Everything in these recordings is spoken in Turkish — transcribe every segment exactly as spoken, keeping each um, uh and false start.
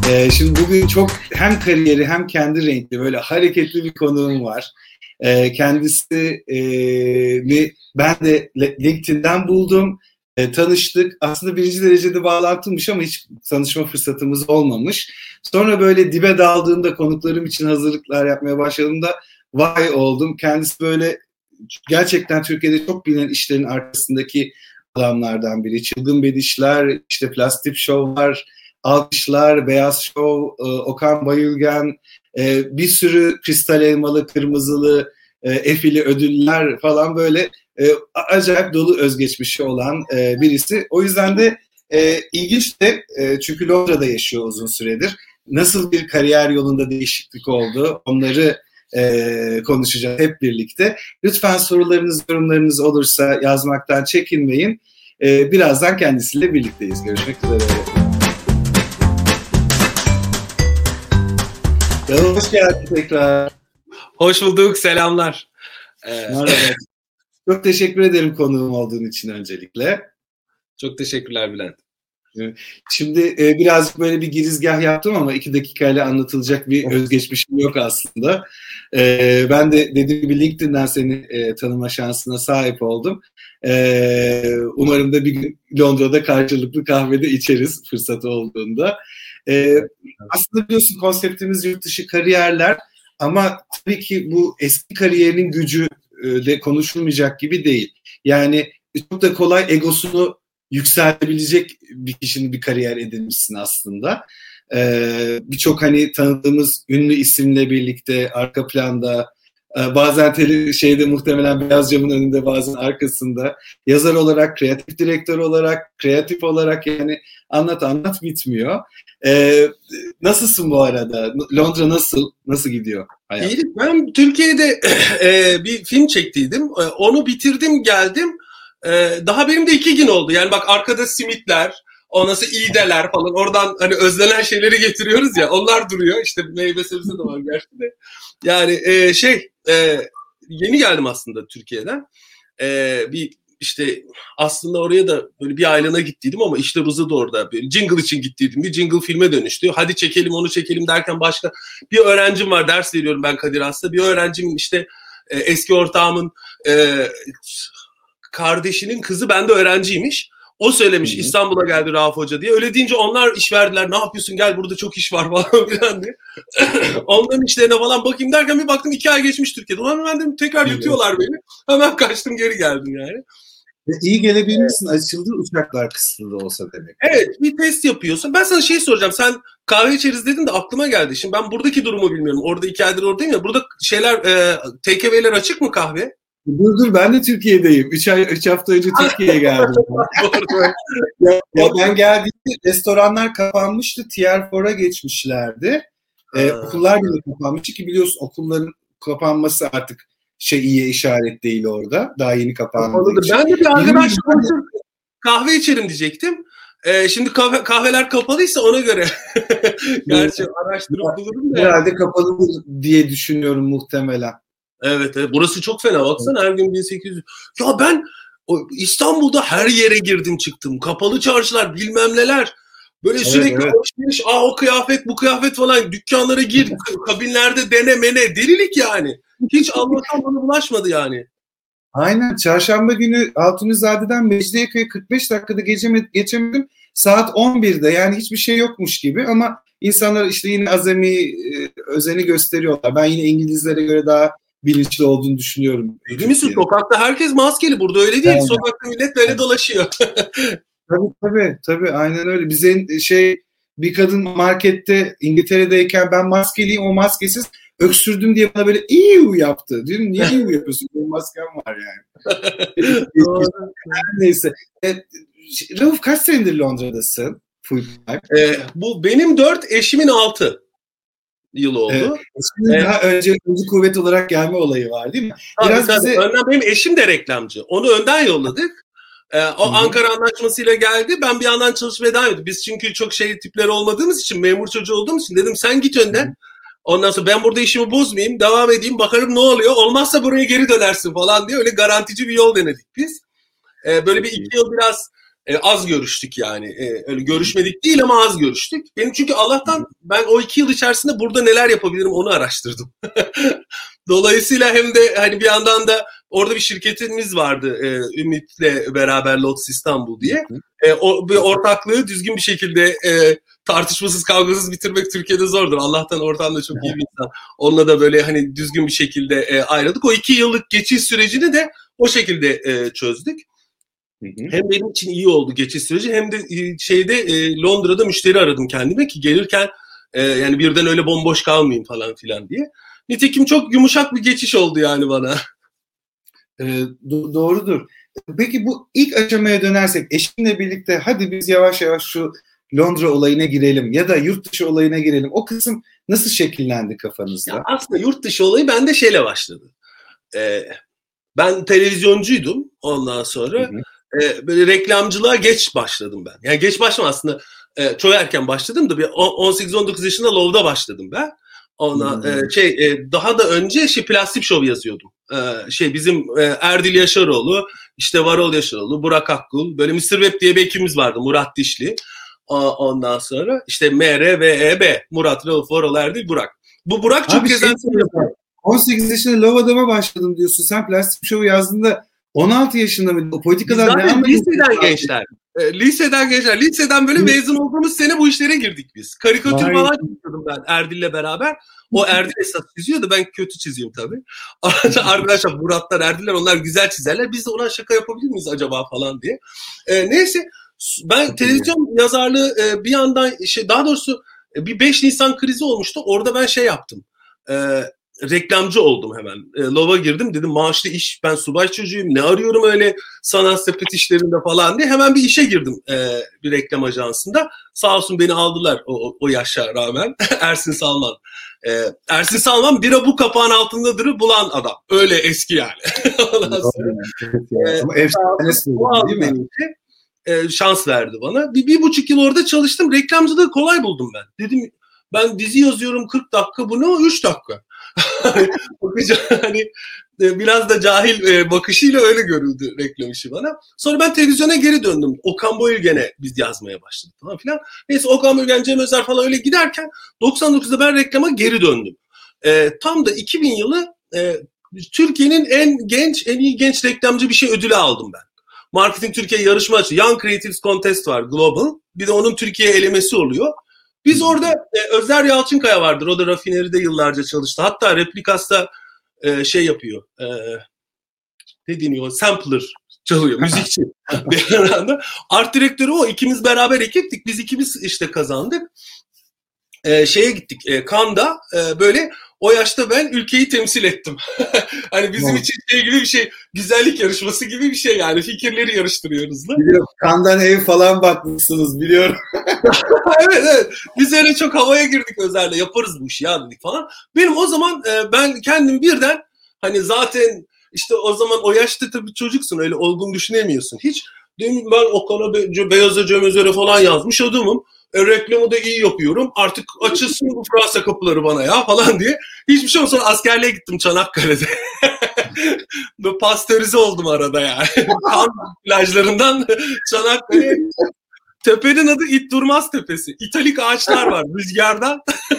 Ee, şimdi bugün çok hem kariyeri hem kendi renkli böyle hareketli bir konuğum var. Ee, kendisi e, ve ben de LinkedIn'den buldum. E, tanıştık. Aslında birinci derecede bağlantıymış ama hiç tanışma fırsatımız olmamış. Sonra böyle dibe daldığımda konuklarım için hazırlıklar yapmaya başladığımda vay oldum. Kendisi böyle gerçekten Türkiye'de çok bilinen işlerin arkasındaki adamlardan biri. Çılgın Bedişler, işte Plastik Show'lar, Alkışlar, Beyaz Show, Okan Bayülgen, bir sürü kristal elmalı, kırmızılı, efili ödüller falan böyle acayip dolu özgeçmişi olan birisi. O yüzden de ilginç de çünkü Londra'da yaşıyor uzun süredir. Nasıl bir kariyer yolunda değişiklik oldu onları konuşacağız hep birlikte. Lütfen sorularınız, yorumlarınız olursa yazmaktan çekinmeyin. Birazdan kendisiyle birlikteyiz. Görüşmek üzere. Hoş geldin tekrar. Hoş bulduk, selamlar. Ee... Çok teşekkür ederim konuğum olduğun için öncelikle. Çok teşekkürler Bülent. Şimdi e, birazcık böyle bir girizgah yaptım ama iki dakikayla anlatılacak bir özgeçmişim yok aslında. E, ben de dediğim gibi LinkedIn'den seni e, tanıma şansına sahip oldum. E, umarım da bir gün Londra'da karşılıklı kahvede içeriz fırsatı olduğunda. E, aslında biliyorsun konseptimiz yurt dışı kariyerler ama tabii ki bu eski kariyerinin gücü e, de konuşulmayacak gibi değil. Yani çok da kolay egosunu yükselebilecek bir kişinin bir kariyer edinmişsin aslında. Ee, birçok hani tanıdığımız ünlü isimle birlikte arka planda, e, bazen tele, şeyde muhtemelen beyaz camın önünde, bazen arkasında, yazar olarak, kreatif direktör olarak, kreatif olarak yani anlat anlat bitmiyor. Ee, nasılsın bu arada? Londra nasıl? Nasıl gidiyor hayat? İyi, ben Türkiye'de e, bir film çektiydim. E, onu bitirdim, geldim. Ee, daha benim de iki gün oldu. Yani bak arkada simitler, ondan sonra iğdeler falan. Oradan hani özlenen şeyleri getiriyoruz ya. Onlar duruyor. İşte meyve sebze de var gerçi de. Yani e, şey e, yeni geldim aslında Türkiye'den. E, bir işte aslında oraya da böyle bir aylığına gittiydim ama işler uzadı orada. Bir jingle için gittiydim. Bir jingle filme dönüştü. Hadi çekelim onu çekelim derken başka bir öğrencim var. Ders veriyorum ben Kadir Has'ta. Bir öğrencimin işte e, eski ortağımın e, kardeşinin kızı bende öğrenciymiş. O söylemiş, Hı-hı. İstanbul'a geldi Rauf Hoca diye. Öyle deyince onlar iş verdiler. Ne yapıyorsun gel burada çok iş var falan filan diye. Onların işlerine falan bakayım derken bir baktım iki ay geçmiş Türkiye'de. Ulan ben dedim tekrar yutuyorlar beni. Hemen kaçtım geri geldim yani. Ve iyi gelebilmişsin. Evet. Açıldı uçaklar kısıtlı da olsa demek. Evet bir test yapıyorsun. Ben sana şey soracağım. Sen kahve içeriz dedin de aklıma geldi. Şimdi ben buradaki durumu bilmiyorum. Orada iki aydır oradayım ya. Burada şeyler e, take away'ler açık mı kahve? Dur dur ben de Türkiye'deyim. Üç ay üç hafta önce Türkiye'ye geldim. ya, ya ben geldiğimde restoranlar kapanmıştı. Tier four'a geçmişlerdi. Ee, okullar bile kapanmıştı ki biliyorsun okulların kapanması artık şey iyi işaret değil orada. Daha yeni kapandığı için. Ben de bir arkadaşla konuşup kahve içerim diyecektim. Ee, şimdi kahve, kahveler kapalıysa ona göre. Gerçi araştırıp bulurum da. Herhalde kapalı diye düşünüyorum muhtemelen. Evet, evet. Burası çok fena. Baksana her gün bin sekiz yüz. Ya ben İstanbul'da her yere girdim çıktım. Kapalı çarşılar bilmem neler. Böyle evet, sürekli evet. alışveriş. Aa o kıyafet bu kıyafet falan. Dükkanlara gir. Kabinlerde dene mene. Delilik yani. Hiç Allah'tan bana bulaşmadı yani. Aynen. Çarşamba günü Altunizade'den Mecidiyeköy'e kırk beş dakikada geçemedim. Saat on birde yani hiçbir şey yokmuş gibi ama insanlar işte yine azami özeni gösteriyorlar. Ben yine İngilizlere göre daha bilinçli olduğunu düşünüyorum. Değil misin? Sokakta herkes maskeli. Burada öyle değil. Aynen. Sokakta millet böyle dolaşıyor. tabii tabii. Tabii aynen öyle. Bize şey bir kadın markette İngiltere'deyken ben maskeliyim o maskesiz öksürdüm diye bana böyle iyu yaptı. Diyorum niye iyu yapıyorsun? Benim maskem var yani. Neyse. E, Rauf kaç senedir Londra'dasın? Full time. E, bu benim dört, eşimin altı. Yıl oldu. Evet. Evet. Daha önce öncü kuvvet olarak gelme olayı var değil mi? Biraz tabii, bize... Önden benim eşim de reklamcı. Onu önden yolladık. Ee, o Hı-hı. Ankara Anlaşması'yla geldi. Ben bir yandan çalışmaya devam ettim. Biz çünkü çok şey tipleri olmadığımız için, memur çocuğu olduğumuz için dedim sen git önden. Hı-hı. Ondan sonra ben burada işimi bozmayayım, devam edeyim, bakarım ne oluyor. Olmazsa buraya geri dönersin falan diye öyle garantici bir yol denedik biz. Ee, böyle bir iki yıl biraz E, az görüştük yani. E, öyle görüşmedik değil ama az görüştük. Benim çünkü Allah'tan ben o iki yıl içerisinde burada neler yapabilirim onu araştırdım. Dolayısıyla hem de hani bir yandan da orada bir şirketimiz vardı e, Ümit'le beraber Lotus İstanbul diye. E, o bir ortaklığı düzgün bir şekilde e, tartışmasız kavgasız bitirmek Türkiye'de zordur. Allah'tan ortam da çok iyi bir insan. Onunla da böyle hani düzgün bir şekilde e, ayrıldık. O iki yıllık geçiş sürecini de o şekilde e, çözdük. Hı hı. Hem benim için iyi oldu geçiş süreci hem de e, şeyde e, Londra'da müşteri aradım kendime ki gelirken e, yani birden öyle bomboş kalmayayım falan filan diye. Nitekim çok yumuşak bir geçiş oldu yani bana. E, do- doğrudur. Peki bu ilk aşamaya dönersek eşinle birlikte hadi biz yavaş yavaş şu Londra olayına girelim ya da yurt dışı olayına girelim. O kısım nasıl şekillendi kafanızda? Ya aslında yurt dışı olayı bende şeyle başladı. Ee, ben televizyoncuydum ondan sonra. Hı hı. E, böyle reklamcılığa geç başladım ben. Yani geç başlamadım aslında. E, çok erken başladım da bir on sekiz on dokuz yaşında Love'da başladım ben. Ona hmm. e, şey e, daha da önce şey Plastik Show yazıyordum. E, şey bizim e, Erdil Yaşaroğlu, işte Varol Yaşaroğlu, Burak Akkul, böyle mister Web diye bir ekibimiz vardı. Murat Dişli. O, ondan sonra işte M R V E B, Murat, Rauf, Varol, Erdil, Burak. Bu Burak çok gezen. on sekiz yaşında Love Adam'a başladım diyorsun. Sen Plastik Show'u yazdığında on altı yaşında mıydı? O politikadan ne anladın? Liseden gençler. E, liseden gençler. Liseden böyle mezun olduğumuz sene bu işlere girdik biz. Karikatür Vay. falan çiziyordum ben Erdil'le beraber. O Erdil esas çiziyordu. Ben kötü çiziyorum tabii. Arkadaşlar Muratlar, Erdil'ler onlar güzel çizerler. Biz de ona şaka yapabilir miyiz acaba falan diye. E, neyse ben televizyon yazarlığı e, bir yandan şey, daha doğrusu e, bir beş Nisan krizi olmuştu. Orada ben şey yaptım. E, reklamcı oldum hemen. E, Love'a girdim. Dedim maaşlı iş. Ben subay çocuğuyum. Ne arıyorum öyle sanat sepet işlerinde falan diye. Hemen bir işe girdim e, bir reklam ajansında. Sağ olsun beni aldılar o, o yaşa rağmen. Ersin Salman. E, Ersin Salman bira bu kapağın altındadır bulan adam. Öyle eski yani. e, Ama efsanesi değil mi? E, şans verdi bana. Bir, bir buçuk yıl orada çalıştım. Reklamcılığı kolay buldum ben. Dedim ben dizi yazıyorum kırk dakika. Bu ne o? üç dakika. hani biraz da cahil bakışıyla öyle görüldü reklam işi bana. Sonra ben televizyona geri döndüm. Okan Bayülgen'e biz yazmaya başladık falan filan. Neyse Okan Bayülgen, Cem Özer falan öyle giderken doksan dokuzda ben reklama geri döndüm. E, tam da iki bin yılı e, Türkiye'nin en genç, en iyi genç reklamcı bir şey ödülü aldım ben. Marketing Türkiye yarışma açı. Young Creatives Contest var Global. Bir de onun Türkiye elemesi oluyor. Biz orada e, Özler Yalçınkaya vardır. O da rafineride yıllarca çalıştı. Hatta Replikas'ta e, şey yapıyor. E, ne deniyor? Sampler çalıyor. Müzikçi. Bir arada. Art direktörü o. İkimiz beraber ekiptik. Biz ikimiz işte kazandık. E, şeye gittik. E, Cannes'da e, böyle o yaşta ben ülkeyi temsil ettim. Hani bizim için şey gibi bir şey, güzellik yarışması gibi bir şey yani. Fikirleri yarıştırıyoruz da. Biliyorum. Kandan ev falan bakmışsınız biliyorum. evet evet. Biz öyle çok havaya girdik Özer'le. Yaparız bu işi ya dedik falan. Benim o zaman e, ben kendim birden hani zaten işte o zaman o yaşta tabii çocuksun. Öyle olgun düşünemiyorsun hiç. Dedim ben Okan'a Be- Beyaz'a Cem Özer'e falan yazmış adamım. E, reklamı da iyi yapıyorum. Artık açılsın bu Fransa kapıları bana ya falan diye. Hiçbir şey olmadı. Sonra askerliğe gittim Çanakkale'de. Pastörize oldum arada yani. Kan plajlarından Çanakkale. Tepenin adı İt Durmaz Tepesi. İtalik ağaçlar var rüzgardan.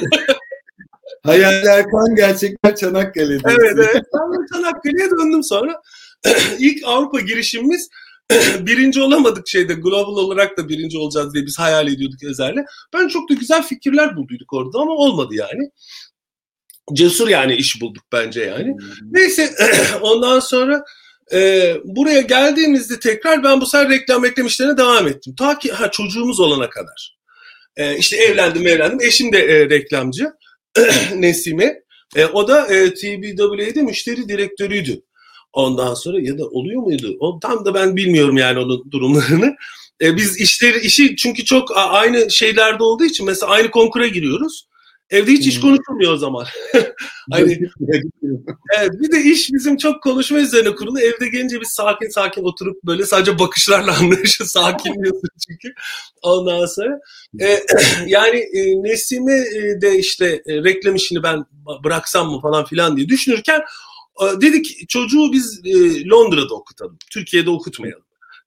Hayaller kan, gerçekler Çanakkale'de. Evet evet. Ben Çanakkale'ye döndüm sonra. İlk Avrupa girişimimiz birinci olamadık şeyde, global olarak da birinci olacağız diye biz hayal ediyorduk Özer'le. Ben çok da güzel fikirler bulduyduk orada ama olmadı yani. Cesur yani iş bulduk bence yani. Neyse ondan sonra e, buraya geldiğimizde tekrar ben bu sefer reklam reklam işlerine devam ettim. Ta ki ha, çocuğumuz olana kadar. E, işte evlendim evlendim. Eşim de e, reklamcı. Nesime. E, o da e, T B W A'de müşteri direktörüydü. Ondan sonra ya da oluyor muydu? O tam da ben bilmiyorum yani onun durumlarını. E, biz işleri işi çünkü çok aynı şeylerde olduğu için mesela aynı konkura giriyoruz. Evde hiç iş konuşulmuyor o zaman. hani evet, bir de iş bizim çok konuşma üzerine kurulu. Evde gelince biz sakin sakin oturup böyle sadece bakışlarla anlaşılır. Sakinliyorsun çünkü. Ondan sonra e, yani e, Nesime de işte e, reklam işini ben bıraksam mı falan filan diye düşünürken dedik çocuğu biz e, Londra'da okutalım. Türkiye'de okutmayalım.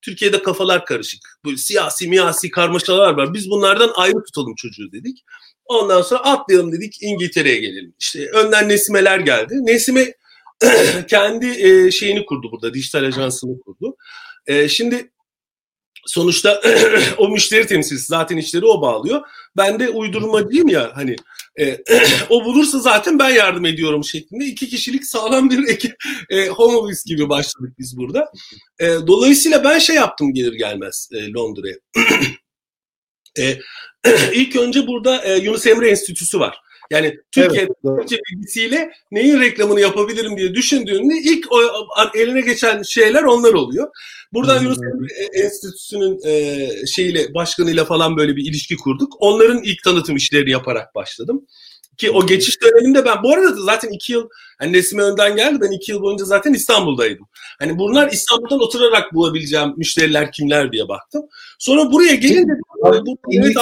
Türkiye'de kafalar karışık. Böyle siyasi miyasi karmaşalar var. Biz bunlardan ayrı tutalım çocuğu dedik. Ondan sonra atlayalım dedik, İngiltere'ye gelelim. İşte önden Nesime'ler geldi. Nesime kendi e, şeyini kurdu burada. Dijital ajansını kurdu. E, şimdi sonuçta o müşteri temsilcisi, zaten işleri o bağlıyor. Ben de uydurmacıyım ya, hani e, o bulursa zaten ben yardım ediyorum şeklinde iki kişilik sağlam bir ekip, e, home office gibi başladık biz burada. E, dolayısıyla ben şey yaptım gelir gelmez e, Londra'ya. e, ilk önce burada e, Yunus Emre Enstitüsü var. Yani Türkiye'de Türkçe bilgisiyle neyin reklamını yapabilirim diye düşündüğünde ilk o, eline geçen şeyler onlar oluyor. Buradan Yunus Emre Enstitüsü'nün e, şeyiyle, başkanıyla falan böyle bir ilişki kurduk. Onların ilk tanıtım işlerini yaparak başladım. Ki o geçiş döneminde ben, bu arada zaten iki yıl, hani Nesime önden geldi, ben iki yıl boyunca zaten İstanbul'daydım. Hani bunlar İstanbul'dan oturarak bulabileceğim müşteriler kimler diye baktım. Sonra buraya gelince bu,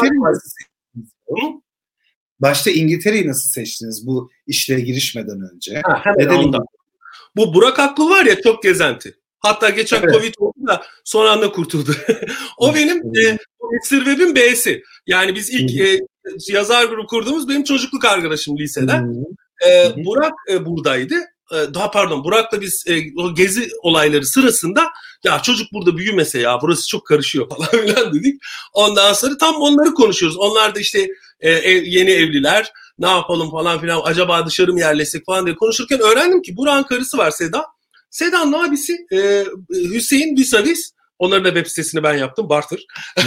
Başta İngiltere'yi nasıl seçtiniz bu işlere girişmeden önce? Ha, hemen ondan. Bu Burak Akgül var ya, çok gezenti. Hatta geçen evet. Covid oldu da son anda kurtuldu. O benim e, Sirveb'in B'si. Yani biz ilk e, yazar grubu kurduğumuz benim çocukluk arkadaşım liseden. E, Burak e, buradaydı. E, daha pardon Burak'la biz e, o gezi olayları sırasında ya çocuk burada büyümese ya, burası çok karışıyor falan filan dedik. Ondan sonra tam onları konuşuyoruz. Onlar da işte e, ev, yeni evliler, ne yapalım falan filan, acaba dışarı mı yerleşsek falan diye konuşurken öğrendim ki Burak'ın karısı var, Seda. Seda'nın abisi e, Hüseyin Visavis. Onların da web sitesini ben yaptım. Bartır.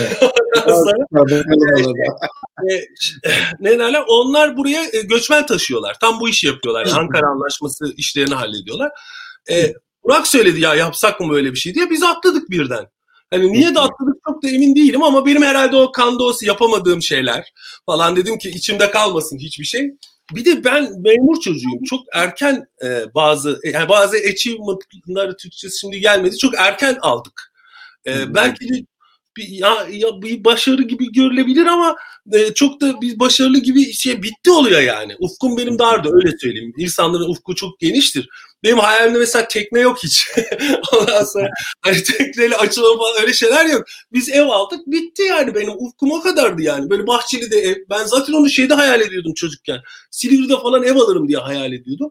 Ne derler? Onlar buraya e, göçmen taşıyorlar. Tam bu işi yapıyorlar. Yani Ankara Anlaşması işlerini hallediyorlar. E, Burak söyledi ya, yapsak mı böyle bir şey diye. Biz atladık birden. Hani niye de atladık çok da emin değilim ama benim herhalde o kan doğası yapamadığım şeyler falan, dedim ki içimde kalmasın hiçbir şey. Bir de ben memur çocuğuyum. Çok erken e, bazı yani bazı achievement'ları, Türkçesi şimdi gelmedi. Çok erken aldık. E, hmm. Belki de bir, ya, ya bir başarı gibi görülebilir ama e, çok da bir başarılı gibi şey bitti oluyor yani. Ufkum benim dardı, öyle söyleyeyim. İnsanların ufku çok geniştir. Benim hayalimde mesela tekne yok hiç. Ondan sonra hani tekneyle açılma falan öyle şeyler yok. Biz ev aldık, bitti yani, benim ufkum o kadardı yani. Böyle Bahçeli'de ev. Ben zaten onu şeyde hayal ediyordum çocukken. Silivri'de falan ev alırım diye hayal ediyordum.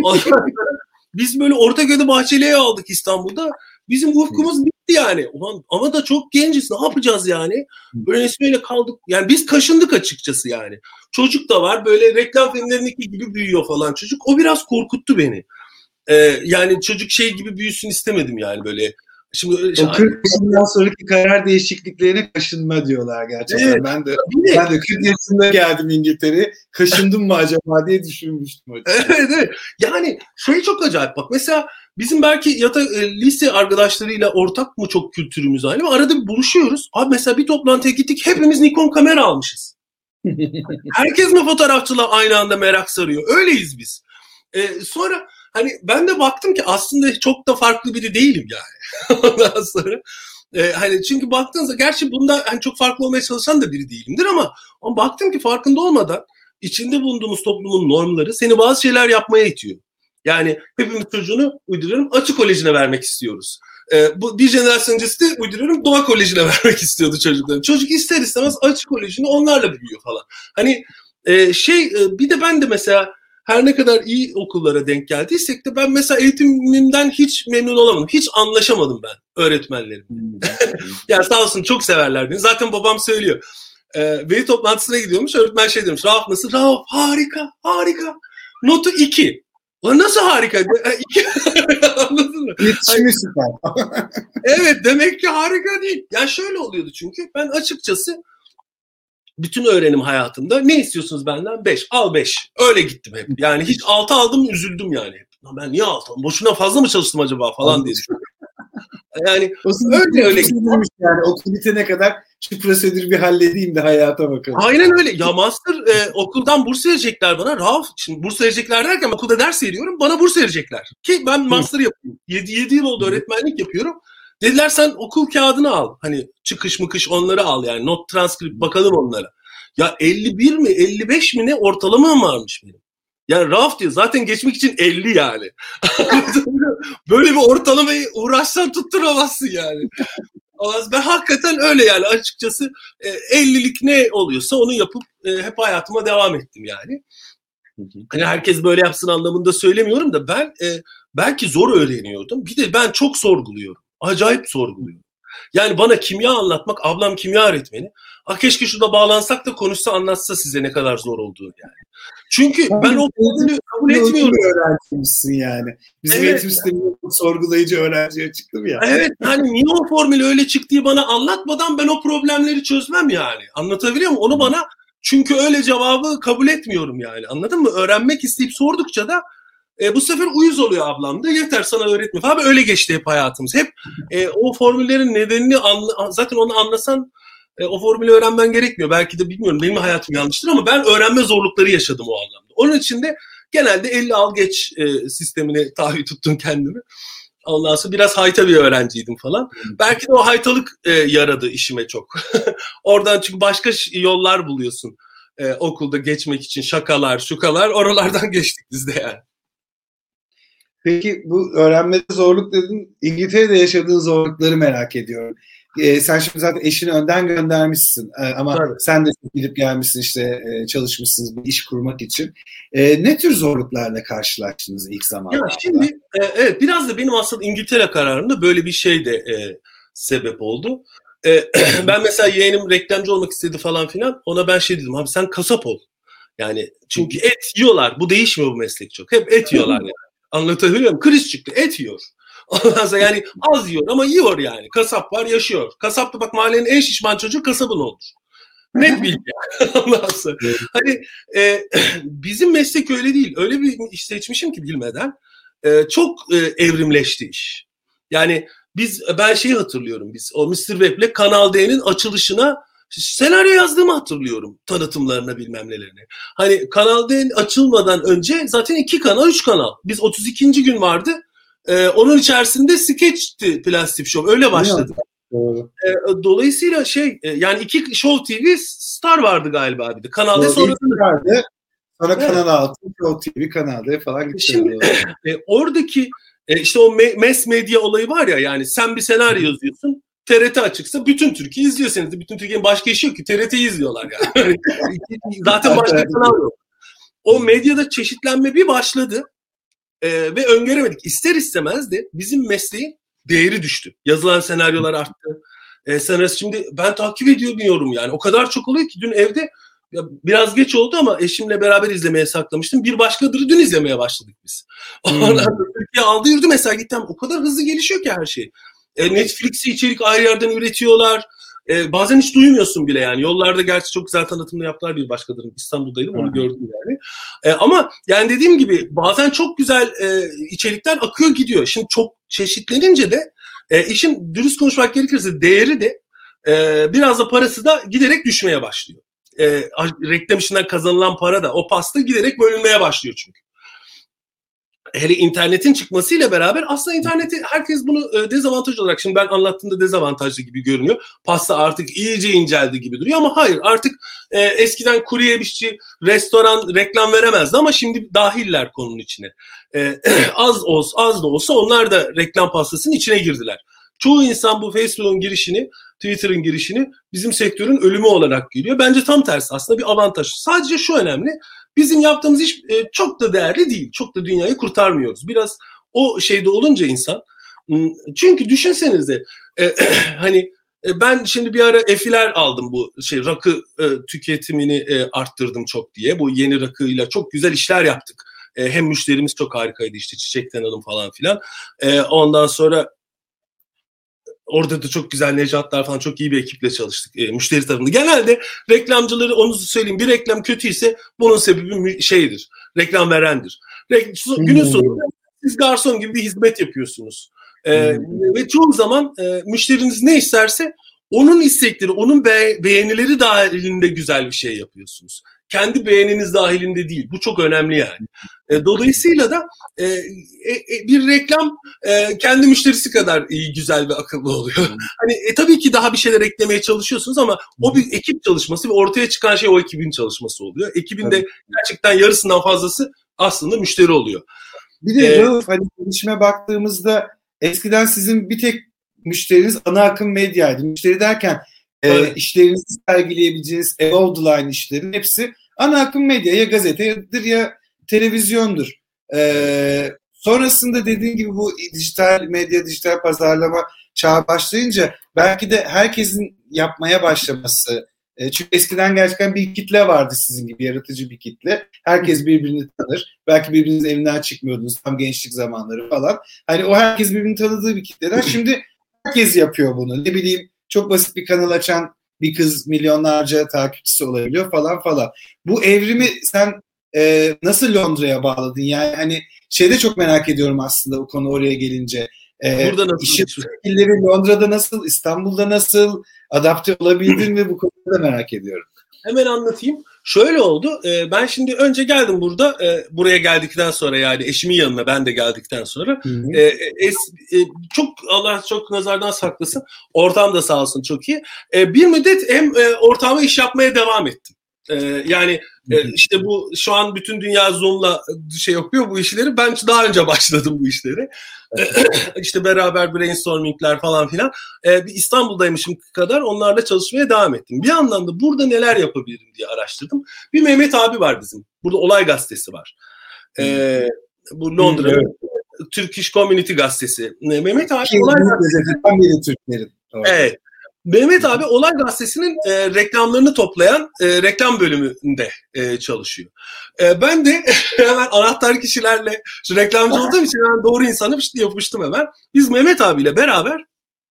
Biz böyle Ortaköy'de Bahçeli ev aldık İstanbul'da. Bizim ufkumuz bitti yani. Ulan, ama da çok genciz, ne yapacağız yani? Böyle Nesme'yle kaldık. Yani biz kaşındık açıkçası yani. Çocuk da var, böyle reklam filmlerindeki gibi büyüyor falan çocuk. O biraz korkuttu beni. Ee, yani çocuk şey gibi büyüsün istemedim yani böyle. Şimdi o kırk yaşından sonraki karar değişikliklerine kaşınma diyorlar gerçekten. Evet, ben de ben de kırk yaşında geldim İngiltere'ye. Kaşındım mı acaba diye düşünmüştüm. Evet, evet. Yani şey çok acayip bak. Mesela bizim belki ya da e, lise arkadaşlarıyla ortak mı çok kültürümüz aynı ama arada bir buluşuyoruz. Abi mesela bir toplantıya gittik, hepimiz Nikon kamera almışız. Herkes mi fotoğrafçılığa aynı anda merak sarıyor? Öyleyiz biz. Ee, sonra hani ben de baktım ki aslında çok da farklı biri değilim yani. Ondan sonra e, hani çünkü baktığınızda gerçi bunda hani çok farklı olmaya çalışan da biri değilimdir ama, ama baktım ki farkında olmadan içinde bulunduğumuz toplumun normları seni bazı şeyler yapmaya itiyor. Yani hepimiz çocuğunu uyduruyorum Açık Koleji'ne vermek istiyoruz. Ee, bu bir jenerasyon öncesi de uyduruyorum Doğa Koleji'ne vermek istiyordu çocukları. Çocuk ister istemez Açık Koleji'ni onlarla büyüyor falan. Hani e, şey e, bir de ben de mesela her ne kadar iyi okullara denk geldiysek de ben mesela eğitimimden hiç memnun olamadım. Hiç anlaşamadım ben öğretmenlerimle. Yani sağ olsun çok severler beni. Zaten babam söylüyor. Ee, veli toplantısına gidiyormuş. Öğretmen şey demiş. Rauf nasıl? Rauf harika, harika. Notu iki. Ulan nasıl harika? Anladın mı? İletişimi süper. Evet, demek ki harika değil. Yani şöyle oluyordu çünkü ben açıkçası bütün öğrenim hayatımda ne istiyorsunuz benden? Beş. Al beş. Öyle gittim hep. Yani hiç altı aldım, üzüldüm yani. Ben niye altı aldım? Boşuna fazla mı çalıştım acaba falan diye düşünüyorum. Yani öyle öyle gittim. Yani okul bitene kadar şu prosedürü bir halledeyim de hayata bakalım. Aynen öyle. Ya master e, okuldan burs verecekler bana. Rauf, şimdi burs verecekler derken okulda ders veriyorum. Bana burs verecekler. Ki ben master yapıyorum. yedi yıl oldu öğretmenlik yapıyorum. Dediler sen okul kağıdını al. Hani çıkış mıkış onları al yani. Not transkript bakalım onlara. Ya elli bir mi elli beş mi ne ortalama varmış benim. Yani Rauf diyor zaten geçmek için elli yani. Böyle bir ortalamayı uğraşsan tutturamazsın yani. Ben hakikaten öyle yani açıkçası e, ellilik ne oluyorsa onu yapıp e, hep hayatıma devam ettim yani. Hani herkes böyle yapsın anlamında söylemiyorum da ben e, belki zor öğreniyordum. Bir de ben çok sorguluyorum. Acayip sorguluyorum. Yani bana kimya anlatmak, ablam kimya öğretmeni. Ah keşke şurada bağlansak da konuşsa anlatsa size ne kadar zor olduğunu yani. Çünkü ben, ben o formülü kabul etmiyorum. Öğrencimsin yani. Bizim evet. Eğitim sisteminde sorgulayıcı öğrenciye çıktım ya. Evet hani niye o formül öyle çıktığı bana anlatmadan ben o problemleri çözmem yani. Anlatabiliyor muyum? Onu bana çünkü öyle cevabı kabul etmiyorum yani. Anladın mı? Öğrenmek isteyip sordukça da E, bu sefer uyuz oluyor ablam da yeter sana öğretme falan. Öyle geçti hep hayatımız. Hep e, o formüllerin nedenini anla, zaten onu anlasan e, o formülü öğrenmen gerekmiyor. Belki de bilmiyorum benim hayatım yanlıştır ama ben öğrenme zorlukları yaşadım o anlamda. Onun için de genelde elli al geç e, sistemine tabi tuttum kendimi. Ondan sonra biraz hayta bir öğrenciydim falan. Belki de o haytalık e, yaradı işime çok. Oradan çünkü başka yollar buluyorsun e, okulda geçmek için şakalar, şukalar oralardan geçtik biz de yani. Peki bu öğrenmede zorluk dedin. İngiltere'de yaşadığın zorlukları merak ediyorum. Ee, sen şimdi zaten eşini önden göndermişsin ee, ama evet. Sen de gidip gelmişsin işte e, çalışmışsınız bir iş kurmak için. E, ne tür zorluklarla karşılaştınız ilk zamanlarda? Ya şimdi e, evet biraz da benim aslında İngiltere kararımda böyle bir şey de e, sebep oldu. E, ben mesela yeğenim reklamcı olmak istedi falan filan. Ona ben şey dedim abi sen kasap ol. Yani çünkü et yiyorlar. Bu değişmiyor bu meslek çok. Hep et yiyorlar yani. Anlatabiliyor muyum? Kriz çıktı. Et yiyor. Ondan sonra yani az yiyor ama yiyor yani. Kasap var yaşıyor. Kasap da bak mahallenin en şişman çocuğu kasabın olur. Net bilgi yani. Ondan sonra. Hani e, bizim meslek öyle değil. Öyle bir iş seçmişim ki bilmeden. E, çok e, evrimleşti iş. Yani biz ben şeyi hatırlıyorum. Biz o mister Web'le Kanal D'nin açılışına senaryo yazdığımı hatırlıyorum. Tanıtımlarına bilmem nelerine. Hani Kanal D açılmadan önce zaten iki kanal, üç kanal. Biz otuz ikinci gün vardı. Ee, onun içerisinde skeçti Plastik Show. Öyle başladı. Ee, dolayısıyla şey yani iki Show T V Star vardı galiba bir de. Kanal D sonra vardı. Sonra evet. Kanal altı, Show T V, Kanal D falan gitti. Şimdi e, oradaki e, işte o mass medya olayı var ya yani sen bir senaryo yazıyorsun. T R T açıksa bütün Türkiye izliyor seni. Bütün Türkiye'nin başka işi yok ki. T R T'yi izliyorlar yani. Zaten başka kanal yok. O medyada çeşitlenme bir başladı. Ee, ve öngöremedik. İster istemez de bizim mesleğin değeri düştü. Yazılan senaryolar arttı. Ee, senaryosu şimdi ben takip ediyorum yani. O kadar çok oluyor ki dün evde ya biraz geç oldu ama eşimle beraber izlemeye saklamıştım. Bir başkadırı dün izlemeye başladık biz. Hmm. Türkiye aldı yürüdü mesela gittim. O kadar hızlı gelişiyor ki her şey. E, Netflix'i içerik ayrı yerden üretiyorlar. E, bazen hiç duymuyorsun bile yani. Yollarda gerçi çok güzel tanıtımda yaptılar bir başkalarının. İstanbul'daydım onu gördüm yani. E, ama yani dediğim gibi bazen çok güzel e, içerikler akıyor gidiyor. Şimdi çok çeşitlenince de e, işin dürüst konuşmak gerekirse değeri de e, biraz da parası da giderek düşmeye başlıyor. E, reklam işinden kazanılan para da o pasta giderek bölünmeye başlıyor çünkü. Hele internetin çıkmasıyla beraber aslında interneti herkes bunu e, dezavantaj olarak şimdi ben anlattığımda dezavantajlı gibi görünüyor. Pasta artık iyice inceldi gibi duruyor ama hayır artık e, eskiden kuru yemişçi, restoran reklam veremezdi ama şimdi dahiller konunun içine. E, az olsa az da olsa onlar da reklam pastasının içine girdiler. Çoğu insan bu Facebook'un girişini, Twitter'ın girişini bizim sektörün ölümü olarak görüyor. Bence tam tersi aslında bir avantaj. Sadece şu önemli. Bizim yaptığımız iş e, çok da değerli değil. Çok da dünyayı kurtarmıyoruz. Biraz o şeyde olunca insan. Çünkü düşünsenize e, hani e, ben şimdi bir ara efiler aldım bu şey rakı e, tüketimini e, arttırdım çok diye. Bu yeni rakıyla çok güzel işler yaptık. E, hem müşterimiz çok harikaydı işte Çiçekten Hanım falan filan. E, ondan sonra orada da çok güzel Necatlar falan çok iyi bir ekiple çalıştık e, müşteri tarafında. Genelde reklamcıları onu söyleyeyim bir reklam kötüyse bunun sebebi şeydir. Reklam verendir. Re- günün sonunda siz garson gibi bir hizmet yapıyorsunuz. E, ve çoğu zaman e, müşteriniz ne isterse onun istekleri, onun be- beğenileri dahilinde güzel bir şey yapıyorsunuz. Kendi beğeniniz dahilinde değil. Bu çok önemli yani. E, dolayısıyla da e, e, bir reklam e, kendi müşterisi kadar iyi, güzel ve akıllı oluyor. Hani e, tabii ki daha bir şeyler eklemeye çalışıyorsunuz ama o bir ekip çalışması ve ortaya çıkan şey o ekibin çalışması oluyor. Ekibin de gerçekten yarısından fazlası aslında müşteri oluyor. Bir de ee, Rauf, hani gelişime baktığımızda eskiden sizin bir tek müşteriniz ana akım medyaydı. Müşteri derken evet. e, işlerinizi sergileyebileceğiniz above the line işlerin hepsi ana akım medya. Ya gazetedir ya televizyondur. E, sonrasında dediğin gibi bu dijital medya, dijital pazarlama çağı başlayınca belki de herkesin yapmaya başlaması. E, çünkü eskiden gerçekten bir kitle vardı sizin gibi, yaratıcı bir kitle. Herkes birbirini tanır. Belki birbirinizin evinden çıkmıyordunuz tam gençlik zamanları falan. Hani o herkes birbirini tanıdığı bir kitleden. Şimdi herkes yapıyor bunu. Ne bileyim, çok basit bir kanal açan bir kız milyonlarca takipçisi olabiliyor falan falan. Bu evrimi sen e, nasıl Londra'ya bağladın? Yani hani şeyde çok merak ediyorum aslında o konu oraya gelince. Ee, Burada nasıl? İşin şekilleri Londra'da nasıl, İstanbul'da nasıl adapte olabildin mi, bu konuda da merak ediyorum. Hemen anlatayım. Şöyle oldu. E, ben şimdi önce geldim burada. E, buraya geldikten sonra, yani eşimin yanına ben de geldikten sonra e, es, e, çok Allah çok nazardan saklasın. Ortam da sağ olsun çok iyi. E, bir müddet hem e, ortağıma iş yapmaya devam ettim. E, yani e, işte bu şu an bütün dünya Zoom'la şey yapıyor bu işleri. Ben daha önce başladım bu işleri. İşte beraber brainstormingler falan filan. Ee, bir İstanbul'daymışım kadar onlarla çalışmaya devam ettim. Bir yandan da burada neler yapabilirim diye araştırdım. Bir Mehmet abi var bizim. Burada Olay Gazetesi var. Ee, bu Londra'nın evet. Turkish Community Gazetesi. Mehmet abi Olay Gazetesi. Evet. Mehmet abi Olay Gazetesi'nin e, reklamlarını toplayan e, reklam bölümünde e, çalışıyor. E, ben de hemen anahtar kişilerle şu reklamcı olduğum için hemen doğru insanı işte yapıştım hemen. Biz Mehmet abiyle beraber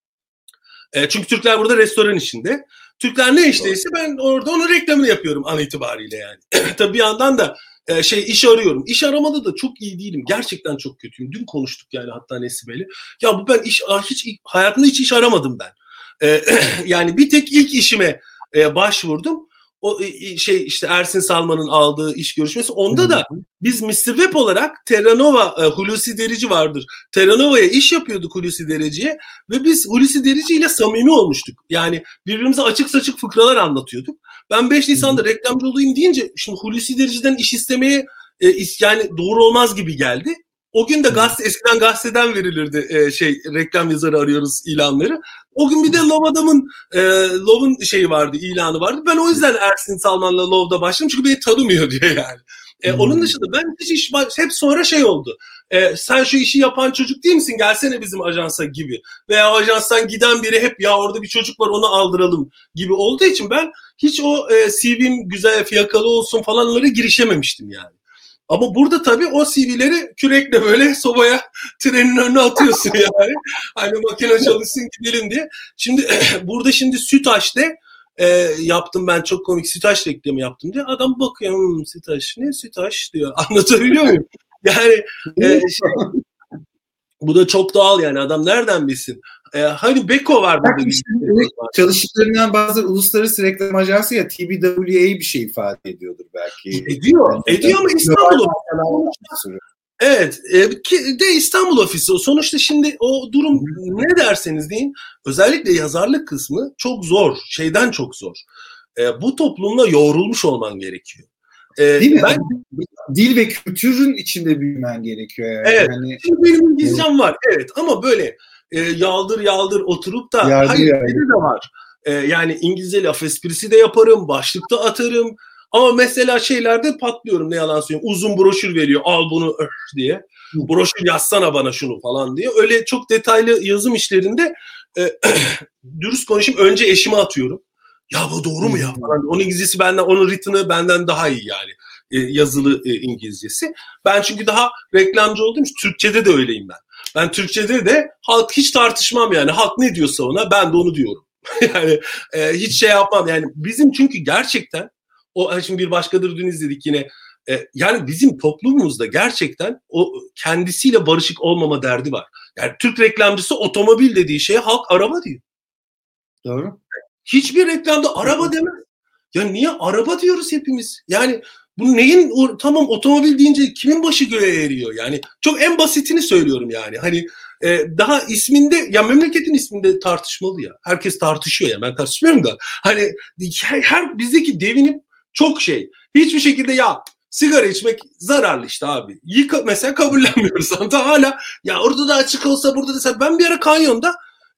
e, çünkü Türkler burada restoran işinde. Türkler ne işteyse ben orada onun reklamını yapıyorum an itibariyle yani. Tabii bir yandan da e, şey iş arıyorum. İş aramada da çok iyi değilim. Gerçekten çok kötüyüm. Dün konuştuk yani hatta Nesibe'yle. Ya bu ben iş hiç hayatımda hiç iş aramadım ben. Ee, yani bir tek ilk işime e, başvurdum. O e, şey işte Ersin Salman'ın aldığı iş görüşmesi. Onda da biz mister Web olarak Terranova, e, Hulusi Derici vardır. Terranova'ya iş yapıyorduk Hulusi Derici'ye ve biz Hulusi Derici ile samimi olmuştuk. Yani birbirimize açık saçık fıkralar anlatıyorduk. Ben beş Nisan'da reklamcı olayım deyince şimdi Hulusi Derici'den iş istemeye e, yani doğru olmaz gibi geldi. O gün de gazete, eskiden gazeteden verilirdi e, şey reklam yazarı arıyoruz ilanları. O gün bir de Love Adam'ın e, Love'ın şeyi vardı, ilanı vardı. Ben o yüzden Ersin Salman'la Love'da başladım çünkü beni tanımıyor diye yani. E, hmm. Onun dışında ben hiç iş hep sonra şey oldu. E, sen şu işi yapan çocuk değil misin? Gelsene bizim ajansa gibi. Veya ajanstan giden biri hep ya orada bir çocuk var onu aldıralım gibi olduğu için ben hiç o e, C V'm güzel fiyakalı olsun falanlara girişememiştim yani. Ama burada tabii o C V'leri kürekle böyle sobaya trenin önüne atıyorsun yani. Hani makine çalışsın gidelim diye. Şimdi burada şimdi Sütaş'ta e, yaptım ben çok komik Sütaş reklamı yaptım diye. Adam bakıyor hmm, Sütaş ne Sütaş diyor. Anlatabiliyor muyum? Yani e, şey, bu da çok doğal yani adam nereden bilsin? Ee, hani Beko var burada. Işte, çalıştıklarından bazı uluslararası reklam ajansı ya T B W A bir şey ifade ediyordur belki. Ediyor. Yani, ediyor ama İstanbul ofisi. Evet. E, ki de İstanbul ofisi. Sonuçta şimdi o durum ne derseniz deyin. Özellikle yazarlık kısmı çok zor. Şeyden çok zor. E, bu toplumla yoğrulmuş olman gerekiyor. Ee, Değil mi? Ben, dil ve kültürün içinde büyümen gerekiyor yani. Evet. Yani, şimdi benim İngilizcem evet. var. Evet ama böyle e, yaldır yaldır oturup da Yardım hayır yani. de var. E, yani İngilizce laf esprisi de yaparım. Başlıkta atarım. Ama mesela şeylerde patlıyorum ne yalan söyleyeyim. Uzun broşür veriyor. Al bunu öh diye. Hı. Broşür yazsana bana şunu falan diye. Öyle çok detaylı yazım işlerinde e, dürüst konuşayım. Önce eşime atıyorum. Ya bu doğru mu ya falan. Onun İngilizcesi benden, onun written'ı benden daha iyi yani. E, yazılı e, İngilizcesi. Ben çünkü daha reklamcı olduğum için Türkçe'de de öyleyim ben. Ben Türkçe'de de halk hiç tartışmam yani. Halk ne diyorsa ona ben de onu diyorum. yani e, hiç şey yapmam. Yani bizim çünkü gerçekten o şimdi bir başkadır dün izledik yine. E, yani bizim toplumumuzda gerçekten o kendisiyle barışık olmama derdi var. Yani Türk reklamcısı otomobil dediği şeye halk araba diyor. Doğru. Hiçbir reklamda araba demez. Ya niye araba diyoruz hepimiz? Yani bu neyin tamam otomobil deyince kimin başı göğe eriyor? Yani çok en basitini söylüyorum yani. Hani e, daha isminde ya memleketin isminde tartışmalı ya. Herkes tartışıyor ya. Ben tartışmıyorum da. Hani her, her bizdeki devinim çok şey. Hiçbir şekilde ya sigara içmek zararlı işte abi. Yıka, mesela kabullenmiyoruz. Hala ya orada da açık olsa burada da ben bir ara kanyonda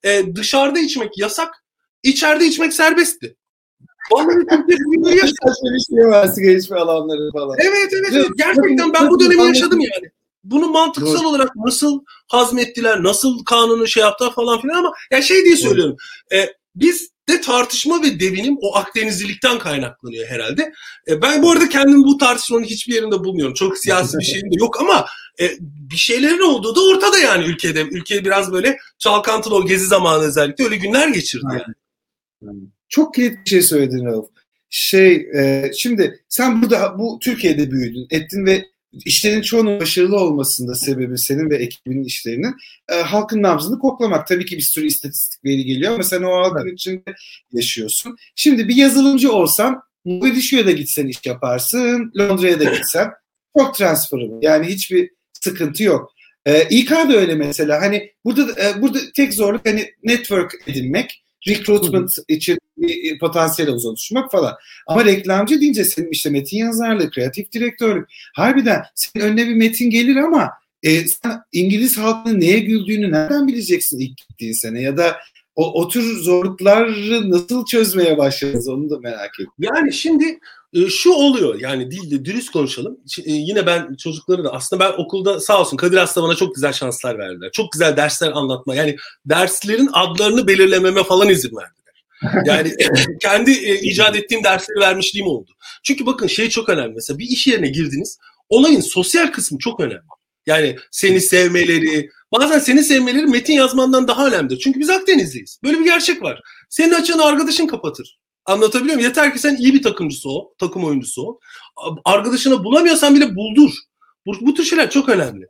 e, dışarıda içmek yasak, içeride içmek serbestti. Vallahi Türkiye'de yaşıyor sigara içme alanları falan. Evet evet, evet. Gerçekten ben bu dönemi yaşadım yani. Bunu mantıksal Doğru. olarak nasıl hazmettiler, nasıl kanunu şey yaptılar falan filan ama ya şey diye söylüyorum. E, biz de tartışma ve devinim o Akdenizlilikten kaynaklanıyor herhalde. E, ben bu arada kendimi bu tartışmanın hiçbir yerinde bulmuyorum. Çok siyasi bir şeyim de yok ama e, bir şeylerin olduğu da ortada yani ülkede. Ülke biraz böyle çalkantılı, o gezi zamanı özellikle öyle günler geçirdi yani. Çok kilit bir şey söyledin Rauf. Şey, e, şimdi sen burada bu Türkiye'de büyüdün, ettin ve işlerin çoğunun başarılı olmasında sebebi senin ve ekibinin işlerinin e, halkın nabzını koklamak. Tabii ki bir sürü istatistik veri geliyor ama sen o halkın evet. içinde yaşıyorsun. Şimdi bir yazılımcı olsan Mogadishu'ya da gitsen iş yaparsın, Londra'ya da gitsen çok transferable. Yani hiçbir sıkıntı yok. E, İK da öyle mesela. Hani burada e, burada tek zorluk hani network edinmek. Recruitment için bir potansiyel oluşturmak falan. Ama reklamcı deyince senin işte metin yazarlığı, kreatif direktörlük. Harbiden senin önüne bir metin gelir ama e, sen İngiliz halkının neye güldüğünü nereden bileceksin ilk gittiğin sene? Ya da o, o tür zorlukları nasıl çözmeye başladınız onu da merak ediyorum. Yani şimdi e, şu oluyor yani dilde dürüst konuşalım. E, yine ben çocukları da aslında ben okulda sağ olsun Kadir Has'ta bana çok güzel şanslar verdiler. Çok güzel dersler anlatma. Yani derslerin adlarını belirlememe falan izin verdiler. Yani kendi e, icat ettiğim dersleri vermişliğim oldu. Çünkü bakın şey çok önemli. Mesela bir iş yerine girdiniz. Olayın sosyal kısmı çok önemli. Yani seni sevmeleri, bazen seni sevmeleri metin yazmandan daha önemlidir. Çünkü biz Akdenizliyiz. Böyle bir gerçek var. Senin açığını arkadaşın kapatır. Anlatabiliyor muyum? Yeter ki sen iyi bir takımcısı ol, takım oyuncusu ol. Arkadaşını bulamıyorsan bile buldur. Bu, bu tür şeyler çok önemli.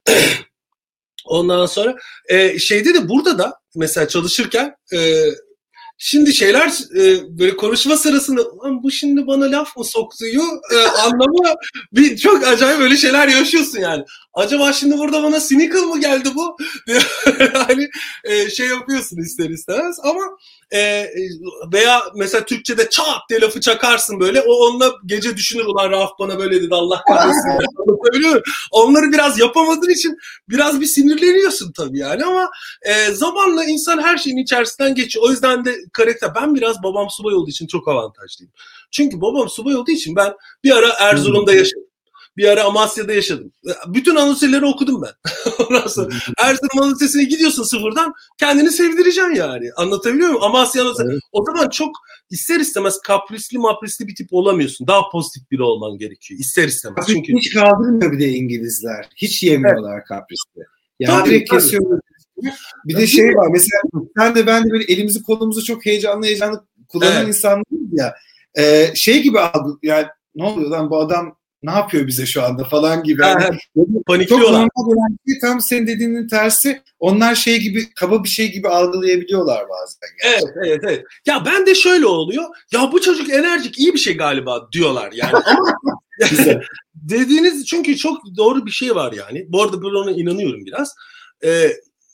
Ondan sonra e, şeyde de burada da mesela çalışırken e, şimdi şeyler e, böyle konuşma sırasında bu şimdi bana laf mı soktuğu e, anlamı bir çok acayip böyle şeyler yaşıyorsun yani. Acaba şimdi burada bana cynical mı geldi bu? hani e, şey yapıyorsun ister istemez ama e, veya mesela Türkçe'de çat diye lafı çakarsın böyle o onunla gece düşünür ulan Rauf bana böyle dedi Allah kahretsin. Onları biraz yapamadığın için biraz bir sinirleniyorsun tabii yani ama e, zamanla insan her şeyin içerisinden geçiyor. O yüzden de karakter ben biraz babam subay olduğu için çok avantajlıyım. Çünkü babam subay olduğu için ben bir ara Erzurum'da yaşadım. Bir ara Amasya'da yaşadım. Bütün anonsörleri okudum ben. Ondan sonra Erzurum Anonsesi'ne gidiyorsun sıfırdan kendini sevdireceksin yani. Anlatabiliyor muyum? Amasya Anonsesi. Evet. O zaman çok ister istemez kaprisli maprisli bir tip olamıyorsun. Daha pozitif biri olman gerekiyor. İster istemez. Çünkü hiç kaldırmıyor bir de İngilizler. Hiç yemiyorlar evet. kaprisli. Yani tabii, direkt kesiyorlar. Bir de şey var mesela sen de ben de böyle elimizi kolumuzu çok heyecanlı heyecanlı kullanan evet. insanlarız ya. E, şey gibi aldı yani ne oluyor lan bu adam ne yapıyor bize şu anda falan gibi. Yani, panikliyorlar. Çok normal şey, tam senin dediğinin tersi. Onlar şey gibi kaba bir şey gibi algılayabiliyorlar bazen. Evet, evet, evet. Ya ben de şöyle oluyor. Ya bu çocuk enerjik iyi bir şey galiba diyorlar yani. Ama dediğiniz çünkü çok doğru bir şey var yani. Bu arada ben ona inanıyorum biraz. Ee,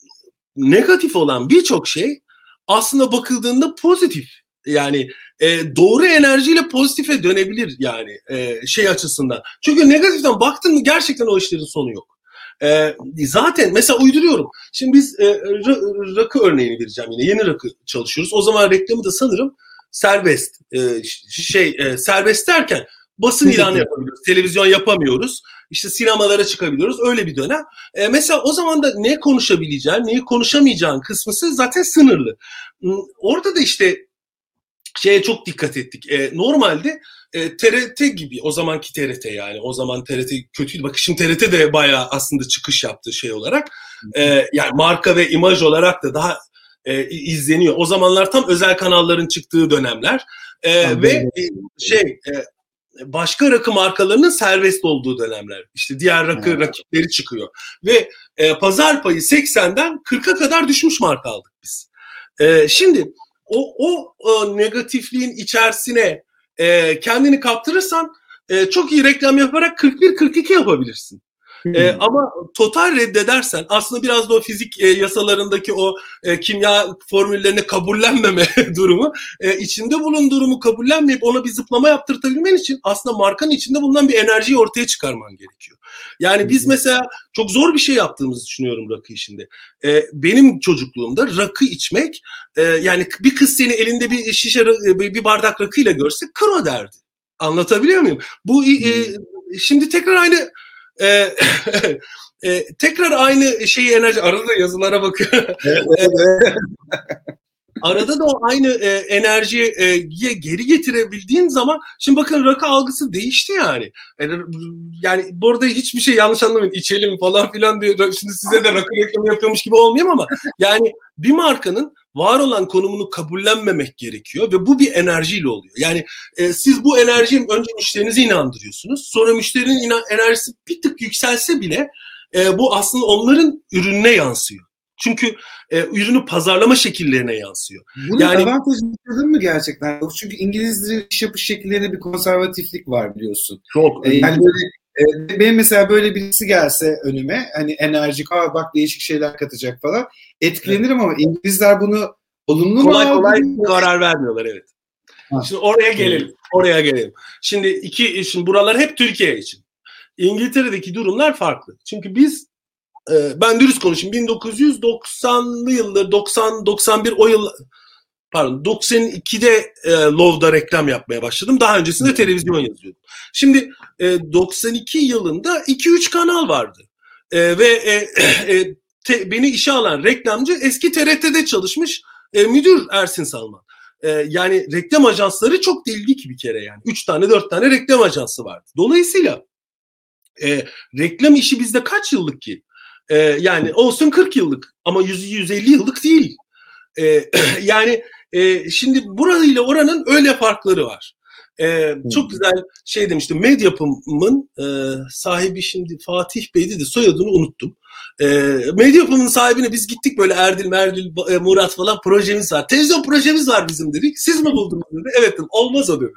negatif olan birçok şey aslında bakıldığında pozitif. Yani e, doğru enerjiyle pozitife dönebilir yani e, şey açısından. Çünkü negatiften baktın mı gerçekten o işlerin sonu yok. E, zaten mesela uyduruyorum. Şimdi biz e, rakı örneğini vereceğim yine. Yeni rakı çalışıyoruz. O zaman reklamı da sanırım serbest. E, şey e, serbest derken basın ilanı yapabiliyoruz. Televizyon yapamıyoruz. İşte sinemalara çıkabiliyoruz. Öyle bir dönem. E, mesela o zaman da ne konuşabileceğin, neyi konuşamayacağın kısmısı zaten sınırlı. Orada da işte şeye çok dikkat ettik. E, normalde e, T R T gibi o zamanki T R T yani o zaman T R T kötüydü. Bak şimdi T R T de bayağı aslında çıkış yaptığı şey olarak. E, yani marka ve imaj olarak da daha e, izleniyor. O zamanlar tam özel kanalların çıktığı dönemler. E, ve e, şey e, başka rakı markalarının serbest olduğu dönemler. İşte diğer rakı hmm. rakipleri çıkıyor. Ve e, pazar payı seksenden kırka kadar düşmüş marka aldık biz. E, şimdi O, o, o negatifliğin içerisine e, kendini kaptırırsan e, çok iyi reklam yaparak kırk bir kırk iki yapabilirsin. E, ama total reddedersen aslında biraz da o fizik e, yasalarındaki o e, kimya formüllerini kabullenmeme durumu, e, içinde bulunduğun durumu kabullenmeyip ona bir zıplama yaptırtabilmen için aslında markanın içinde bulunan bir enerjiyi ortaya çıkarman gerekiyor. Yani biz mesela çok zor bir şey yaptığımızı düşünüyorum rakı işinde. E, benim çocukluğumda rakı içmek, e, yani bir kız seni elinde bir şişe, bir bardak rakıyla görse kro derdi. Anlatabiliyor muyum? Bu e, şimdi tekrar aynı e, e, tekrar aynı şeyi enerji, arada da yazılara bakıyorum. Arada da o aynı e, enerjiye e, geri getirebildiğin zaman, şimdi bakın rakı algısı değişti yani. Yani, yani bu arada hiçbir şey yanlış anlamayın, içelim falan filan diye şimdi size de rakı reklamı yapıyormuş gibi olmayayım ama yani bir markanın var olan konumunu kabullenmemek gerekiyor ve bu bir enerjiyle oluyor. Yani e, siz bu enerjiyi önce müşterinize inandırıyorsunuz. Sonra müşterinin inan- enerjisi bir tık yükselse bile e, bu aslında onların ürününe yansıyor. Çünkü e, ürünü pazarlama şekillerine yansıyor. Bunun yani, avantajını gördün mü gerçekten? Çünkü İngilizlerin iş yapış şekillerinde bir konservatiflik var biliyorsun. Çok. E, yani böyle, e, benim mesela böyle birisi gelse önüme, hani enerjik, aa bak değişik şeyler katacak falan, etkilenirim, evet. Ama İngilizler bunu olumlu kolay mu kolay karar vermiyorlar, evet. Ha. Şimdi oraya gelelim. Evet. Oraya gelelim. Şimdi iki, şimdi buralar hep Türkiye için. İngiltere'deki durumlar farklı. Çünkü biz, ben dürüst konuşayım, bin dokuz yüz doksanlı yıllar, doksan doksan bir o yıl, pardon doksan ikide e, Love'da reklam yapmaya başladım. Daha öncesinde televizyon yazıyordum. Şimdi e, doksan iki yılında iki üç kanal vardı. E, ve e, e, te, beni işe alan reklamcı eski T R T'de çalışmış e, müdür Ersin Salman. E, yani reklam ajansları çok değildi ki bir kere yani. Üç tane dört tane reklam ajansı vardı. Dolayısıyla e, reklam işi bizde kaç yıllık ki? Ee, yani olsun kırk yıllık ama yüz yüz elli yıllık değil. Ee, yani e, şimdi burayla oranın öyle farkları var. Ee, çok güzel şey demiştim. Medyapım'ın e, sahibi şimdi Fatih Bey'di de soyadını unuttum. E, Medyapım'ın sahibine biz gittik, böyle Erdil, Merdil, e, Murat falan, projemiz var. Televizyon projemiz var bizim dedik. Siz mi buldunuz dedi. Evet dedim. Olmaz o dedi.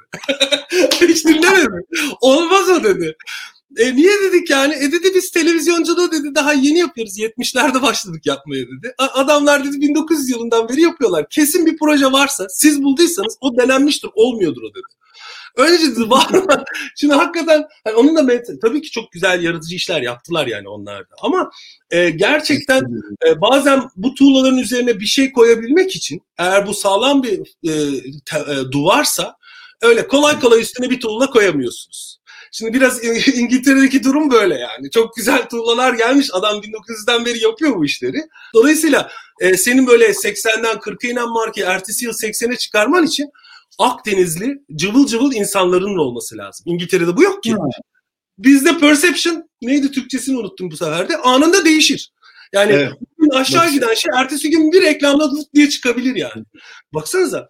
Hiç dinlemedim. Olmaz o dedi. E niye dedik yani? E dedi biz televizyonculuğu dedi daha yeni yapıyoruz. yetmişlerde başladık yapmaya dedi. A- adamlar dedi bin dokuz yüz yılından beri yapıyorlar. Kesin bir proje varsa siz bulduysanız o denenmiştir. Olmuyordur o dedi. Önce dedi var mı? Şimdi hakikaten hani onun da met- tabii ki çok güzel yaratıcı işler yaptılar yani onlar da. Ama e, gerçekten e, bazen bu tuğlaların üzerine bir şey koyabilmek için, eğer bu sağlam bir e, te- e, duvarsa öyle kolay kolay üstüne bir tuğla koyamıyorsunuz. Şimdi biraz İngiltere'deki durum böyle yani. Çok güzel tuğlalar gelmiş. Adam bin dokuz yüzden beri yapıyor bu işleri. Dolayısıyla e, senin böyle seksenden kırka inen markayı ertesi yıl seksene çıkarman için Akdenizli cıvıl cıvıl insanların olması lazım. İngiltere'de bu yok ki. Hmm. Bizde perception neydi, Türkçesini unuttum bu sefer de. Anında değişir. Yani evet. Bugün aşağı Bak. giden şey ertesi gün bir reklamla diye çıkabilir yani. Baksanıza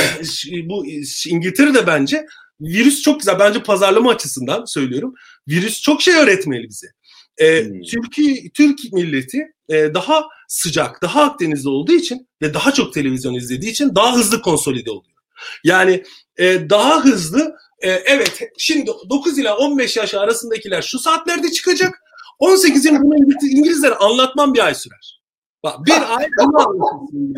bu İngiltere'de bence virüs çok güzel. Bence pazarlama açısından söylüyorum. Virüs çok şey öğretmeli bize. Ee, hmm. Türkiye, Türk milleti e, daha sıcak, daha Akdenizli olduğu için ve daha çok televizyon izlediği için daha hızlı konsolide oluyor. Yani e, daha hızlı, e, evet şimdi dokuz ila on beş yaş arasındakiler şu saatlerde çıkacak. on sekiz yıl bunu İngilizlere anlatmam bir ay sürer. Bak bir ay bunu anlatırsın.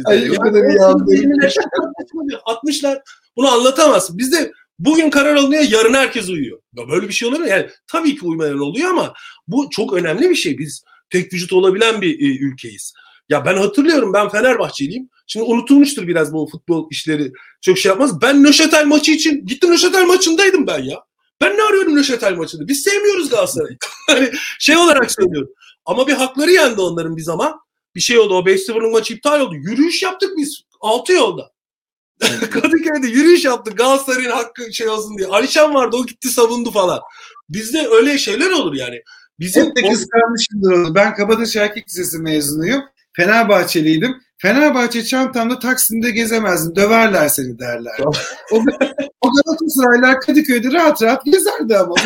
Yani, altmışlar bunu anlatamazsın. Bizde bugün karar alınıyor, yarın herkes uyuyor. Ya böyle bir şey olur mu? Yani tabii ki uymayan oluyor ama bu çok önemli bir şey. Biz tek vücut olabilen bir e, ülkeyiz. Ya ben hatırlıyorum, ben Fenerbahçeliyim. Şimdi unutulmuştur biraz bu futbol işleri. Çok şey yapmaz. Ben Neuchâtel maçı için gittim, Neuchâtel maçındaydım ben ya. Ben ne arıyorum Neuchâtel maçında? Biz sevmiyoruz Galatasaray'ı. Hani şey olarak söylüyorum. Ama bir hakları yendi onların bir zaman. Bir şey oldu, o beş sıfırlık maç iptal oldu. Yürüyüş yaptık biz altı yolda. Kadıköy'de yürüyüş yaptık Galatasaray'ın hakkı şey olsun diye. Alişan vardı, o gitti savundu falan. Bizde öyle şeyler olur yani. Bizim hep de kıskanmışımdır onu. Ben Kabataş Erkek Lisesi mezunuyum. Fenerbahçeliydim. Fenerbahçe çantamda Taksim'de gezemezdim. Döverler seni derler. o, o Galatasaraylar Kadıköy'de rahat rahat gezerdi ama.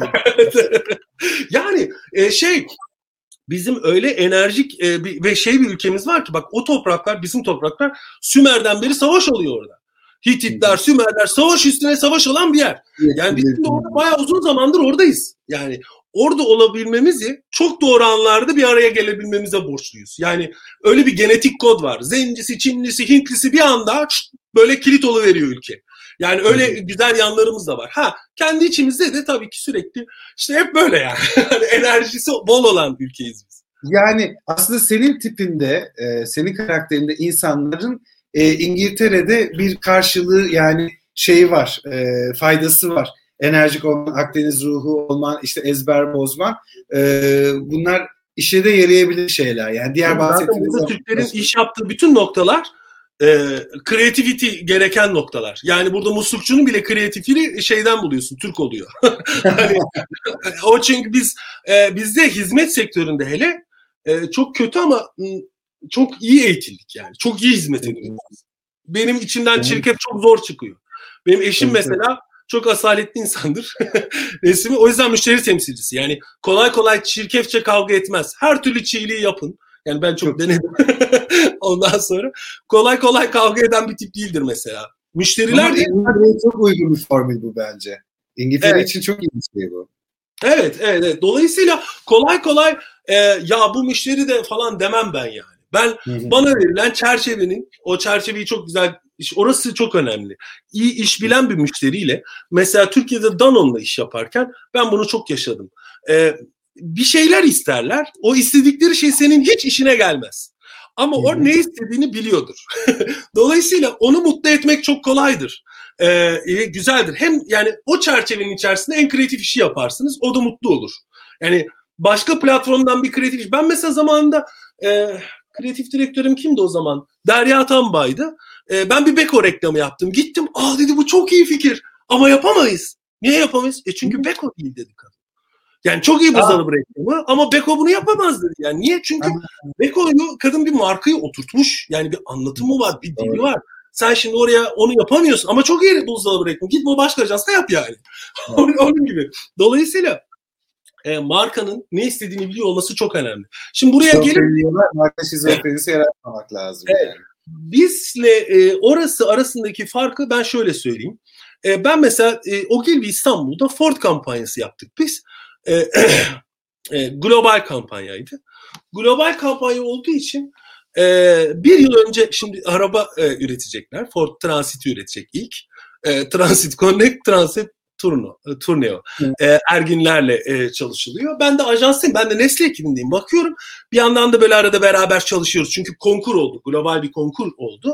Yani e, şey bizim öyle enerjik e, bir, ve şey bir ülkemiz var ki bak, o topraklar, bizim topraklar Sümer'den beri savaş oluyor orada. Hititler, Sümerler, savaş üstüne savaş olan bir yer. Yani biz de orada bayağı uzun zamandır oradayız. Yani orada olabilmemizi çok doğru anlarda bir araya gelebilmemize borçluyuz. Yani öyle bir genetik kod var. Zencisi, Çinlisi, Hintlisi bir anda böyle kilit oluveriyor ülke. Yani öyle güzel yanlarımız da var. Ha, kendi içimizde de tabii ki sürekli işte hep böyle yani. Enerjisi bol olan ülkeyiz biz. Yani aslında senin tipinde, e, senin karakterinde insanların e, İngiltere'de bir karşılığı, yani şeyi var, e, faydası var. Enerjik olman, Akdeniz ruhu olman, işte ezber bozman. E, bunlar işe de yarayabilir şeyler. Yani diğer bahsettiğimiz... Zaten Türklerin iş yaptığı bütün noktalar e, creativity gereken noktalar. Yani burada muslukçunun bile kreatifini şeyden buluyorsun, Türk oluyor. Hani, o çünkü biz e, bizde hizmet sektöründe hele e, çok kötü ama çok iyi eğitildik yani. Çok iyi hizmet ediyoruz. Benim içimden çirkef çok zor çıkıyor. Benim eşim mesela çok asaletli insandır. Resmi. O yüzden müşteri temsilcisi. Yani kolay kolay çirkefçe kavga etmez. Her türlü çiğliği yapın. Yani ben çok, çok denedim. Ondan sonra kolay kolay kavga eden bir tip değildir mesela. Müşteriler de... İngiltere'ye çok uygun bir formül bu bence. İngiltere evet. için çok iyi bir şey bu. Evet, evet, evet. Dolayısıyla kolay kolay e, ya bu müşteri de falan demem ben yani. Ben hı hı. Bana verilen çerçevenin, o çerçeveyi çok güzel, orası çok önemli. İyi iş bilen bir müşteriyle, mesela Türkiye'de Danone'la iş yaparken ben bunu çok yaşadım. Ee, bir şeyler isterler, o istedikleri şey senin hiç işine gelmez. Ama hı hı. o ne istediğini biliyordur. Dolayısıyla onu mutlu etmek çok kolaydır. Ee, güzeldir. Hem yani o çerçevenin içerisinde en kreatif işi yaparsınız, o da mutlu olur. Yani başka platformdan bir kreatif iş. Ben mesela zamanında... E, kreatif direktörüm kimdi o zaman? Derya Tanbay'dı. Ee, ben bir Beko reklamı yaptım. Gittim. Aa dedi bu çok iyi fikir. Ama yapamayız. Niye yapamayız? E çünkü Beko değil dedi kadın. Yani çok iyi buzdolabı reklamı ama Beko bunu yapamaz dedi. Yani niye? Çünkü Beko'yu kadın bir markayı oturtmuş. Yani bir anlatımı var, bir dili var. Sen şimdi oraya onu yapamıyorsun ama çok iyi buzdolabı reklamı. Git bu başka ajansta yap yani. Onun gibi. Dolayısıyla E, markanın ne istediğini biliyor olması çok önemli. Şimdi buraya gelip marka şizofrenisi yaratmamak lazım. Evet. Yani. Bizle e, orası arasındaki farkı ben şöyle söyleyeyim. E, ben mesela e, Ogilvy İstanbul'da Ford kampanyası yaptık biz. E, e, global kampanyaydı. Global kampanya olduğu için e, bir yıl önce şimdi araba e, üretecekler. Ford Transit üretecek ilk. E, Transit Connect, Transit Turno, Tourneo e, Erginlerle e, çalışılıyor. Ben de ajanstayım. Ben de Nestle ekibindeyim. Bakıyorum. Bir yandan da böyle arada beraber çalışıyoruz. Çünkü konkur oldu. Global bir konkur oldu.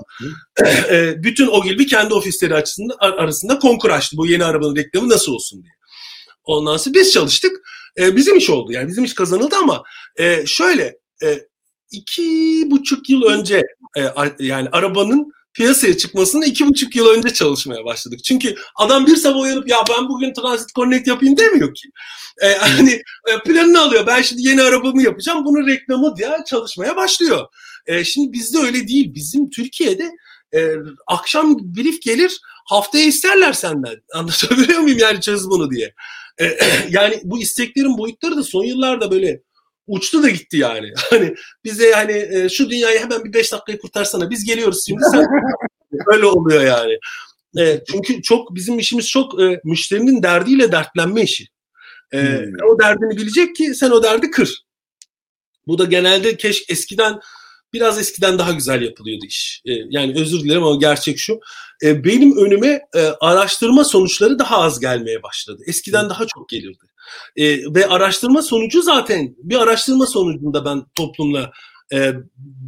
E, bütün Ogilvy kendi ofisleri açısında, arasında konkur açtı. Bu yeni arabanın reklamı nasıl olsun diye. Ondan sonra biz çalıştık. E, bizim iş oldu. Yani bizim iş kazanıldı ama e, şöyle e, iki buçuk yıl önce e, yani arabanın piyasaya çıkmasını iki buçuk yıl önce çalışmaya başladık. Çünkü adam bir sabah uyanıp ya ben bugün Transit Connect yapayım demiyor ki. Ee, hani planını alıyor. Ben şimdi yeni arabamı yapacağım. Bunun reklamı diye çalışmaya başlıyor. Ee, şimdi bizde öyle değil. Bizim Türkiye'de e, akşam brief gelir, haftaya isterler senden. Anlatabiliyor muyum yani çöz bunu diye. Ee, yani bu isteklerin boyutları da son yıllarda böyle uçtu da gitti yani. Hani bize hani e, şu dünyayı hemen bir beş dakikayı kurtarsana. Biz geliyoruz şimdi. Sen öyle oluyor yani. E, çünkü çok bizim işimiz çok e, müşterinin derdiyle dertlenme işi. E, hmm. O derdini bilecek ki sen o derdi kır. Bu da genelde keşke eskiden biraz eskiden daha güzel yapılıyordu iş. E, yani özür dilerim ama gerçek şu. E, benim önüme e, araştırma sonuçları daha az gelmeye başladı. Eskiden hmm. daha çok gelirdi. E, ve araştırma sonucu zaten bir araştırma sonucunda ben toplumla e, e,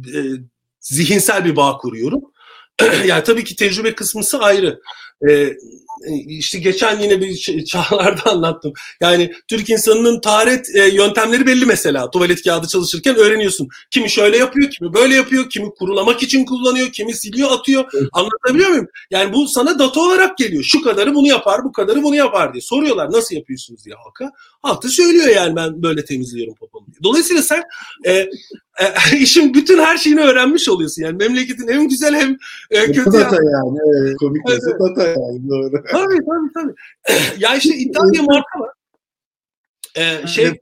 zihinsel bir bağ kuruyorum. Yani tabii ki tecrübe kısmısı ayrı. E, işte geçen yine bir çağlarda anlattım. Yani Türk insanının taharet e, yöntemleri belli mesela. Tuvalet kağıdı çalışırken öğreniyorsun. Kimi şöyle yapıyor, kimi böyle yapıyor, kimi kurulamak için kullanıyor, kimi siliyor, atıyor. Anlatabiliyor muyum? Yani bu sana data olarak geliyor. Şu kadarı bunu yapar, bu kadarı bunu yapar diye. Soruyorlar nasıl yapıyorsunuz diye halka. Halk da söylüyor yani ben böyle temizliyorum popomu diye. Dolayısıyla sen e, e, işin bütün her şeyini öğrenmiş oluyorsun. Yani memleketin hem güzel hem e, kötü. Data yani. Evet, komik evet. Data yani doğru. Tabii tabii tabii. Ya işte iddia diye marka var. Ee, şey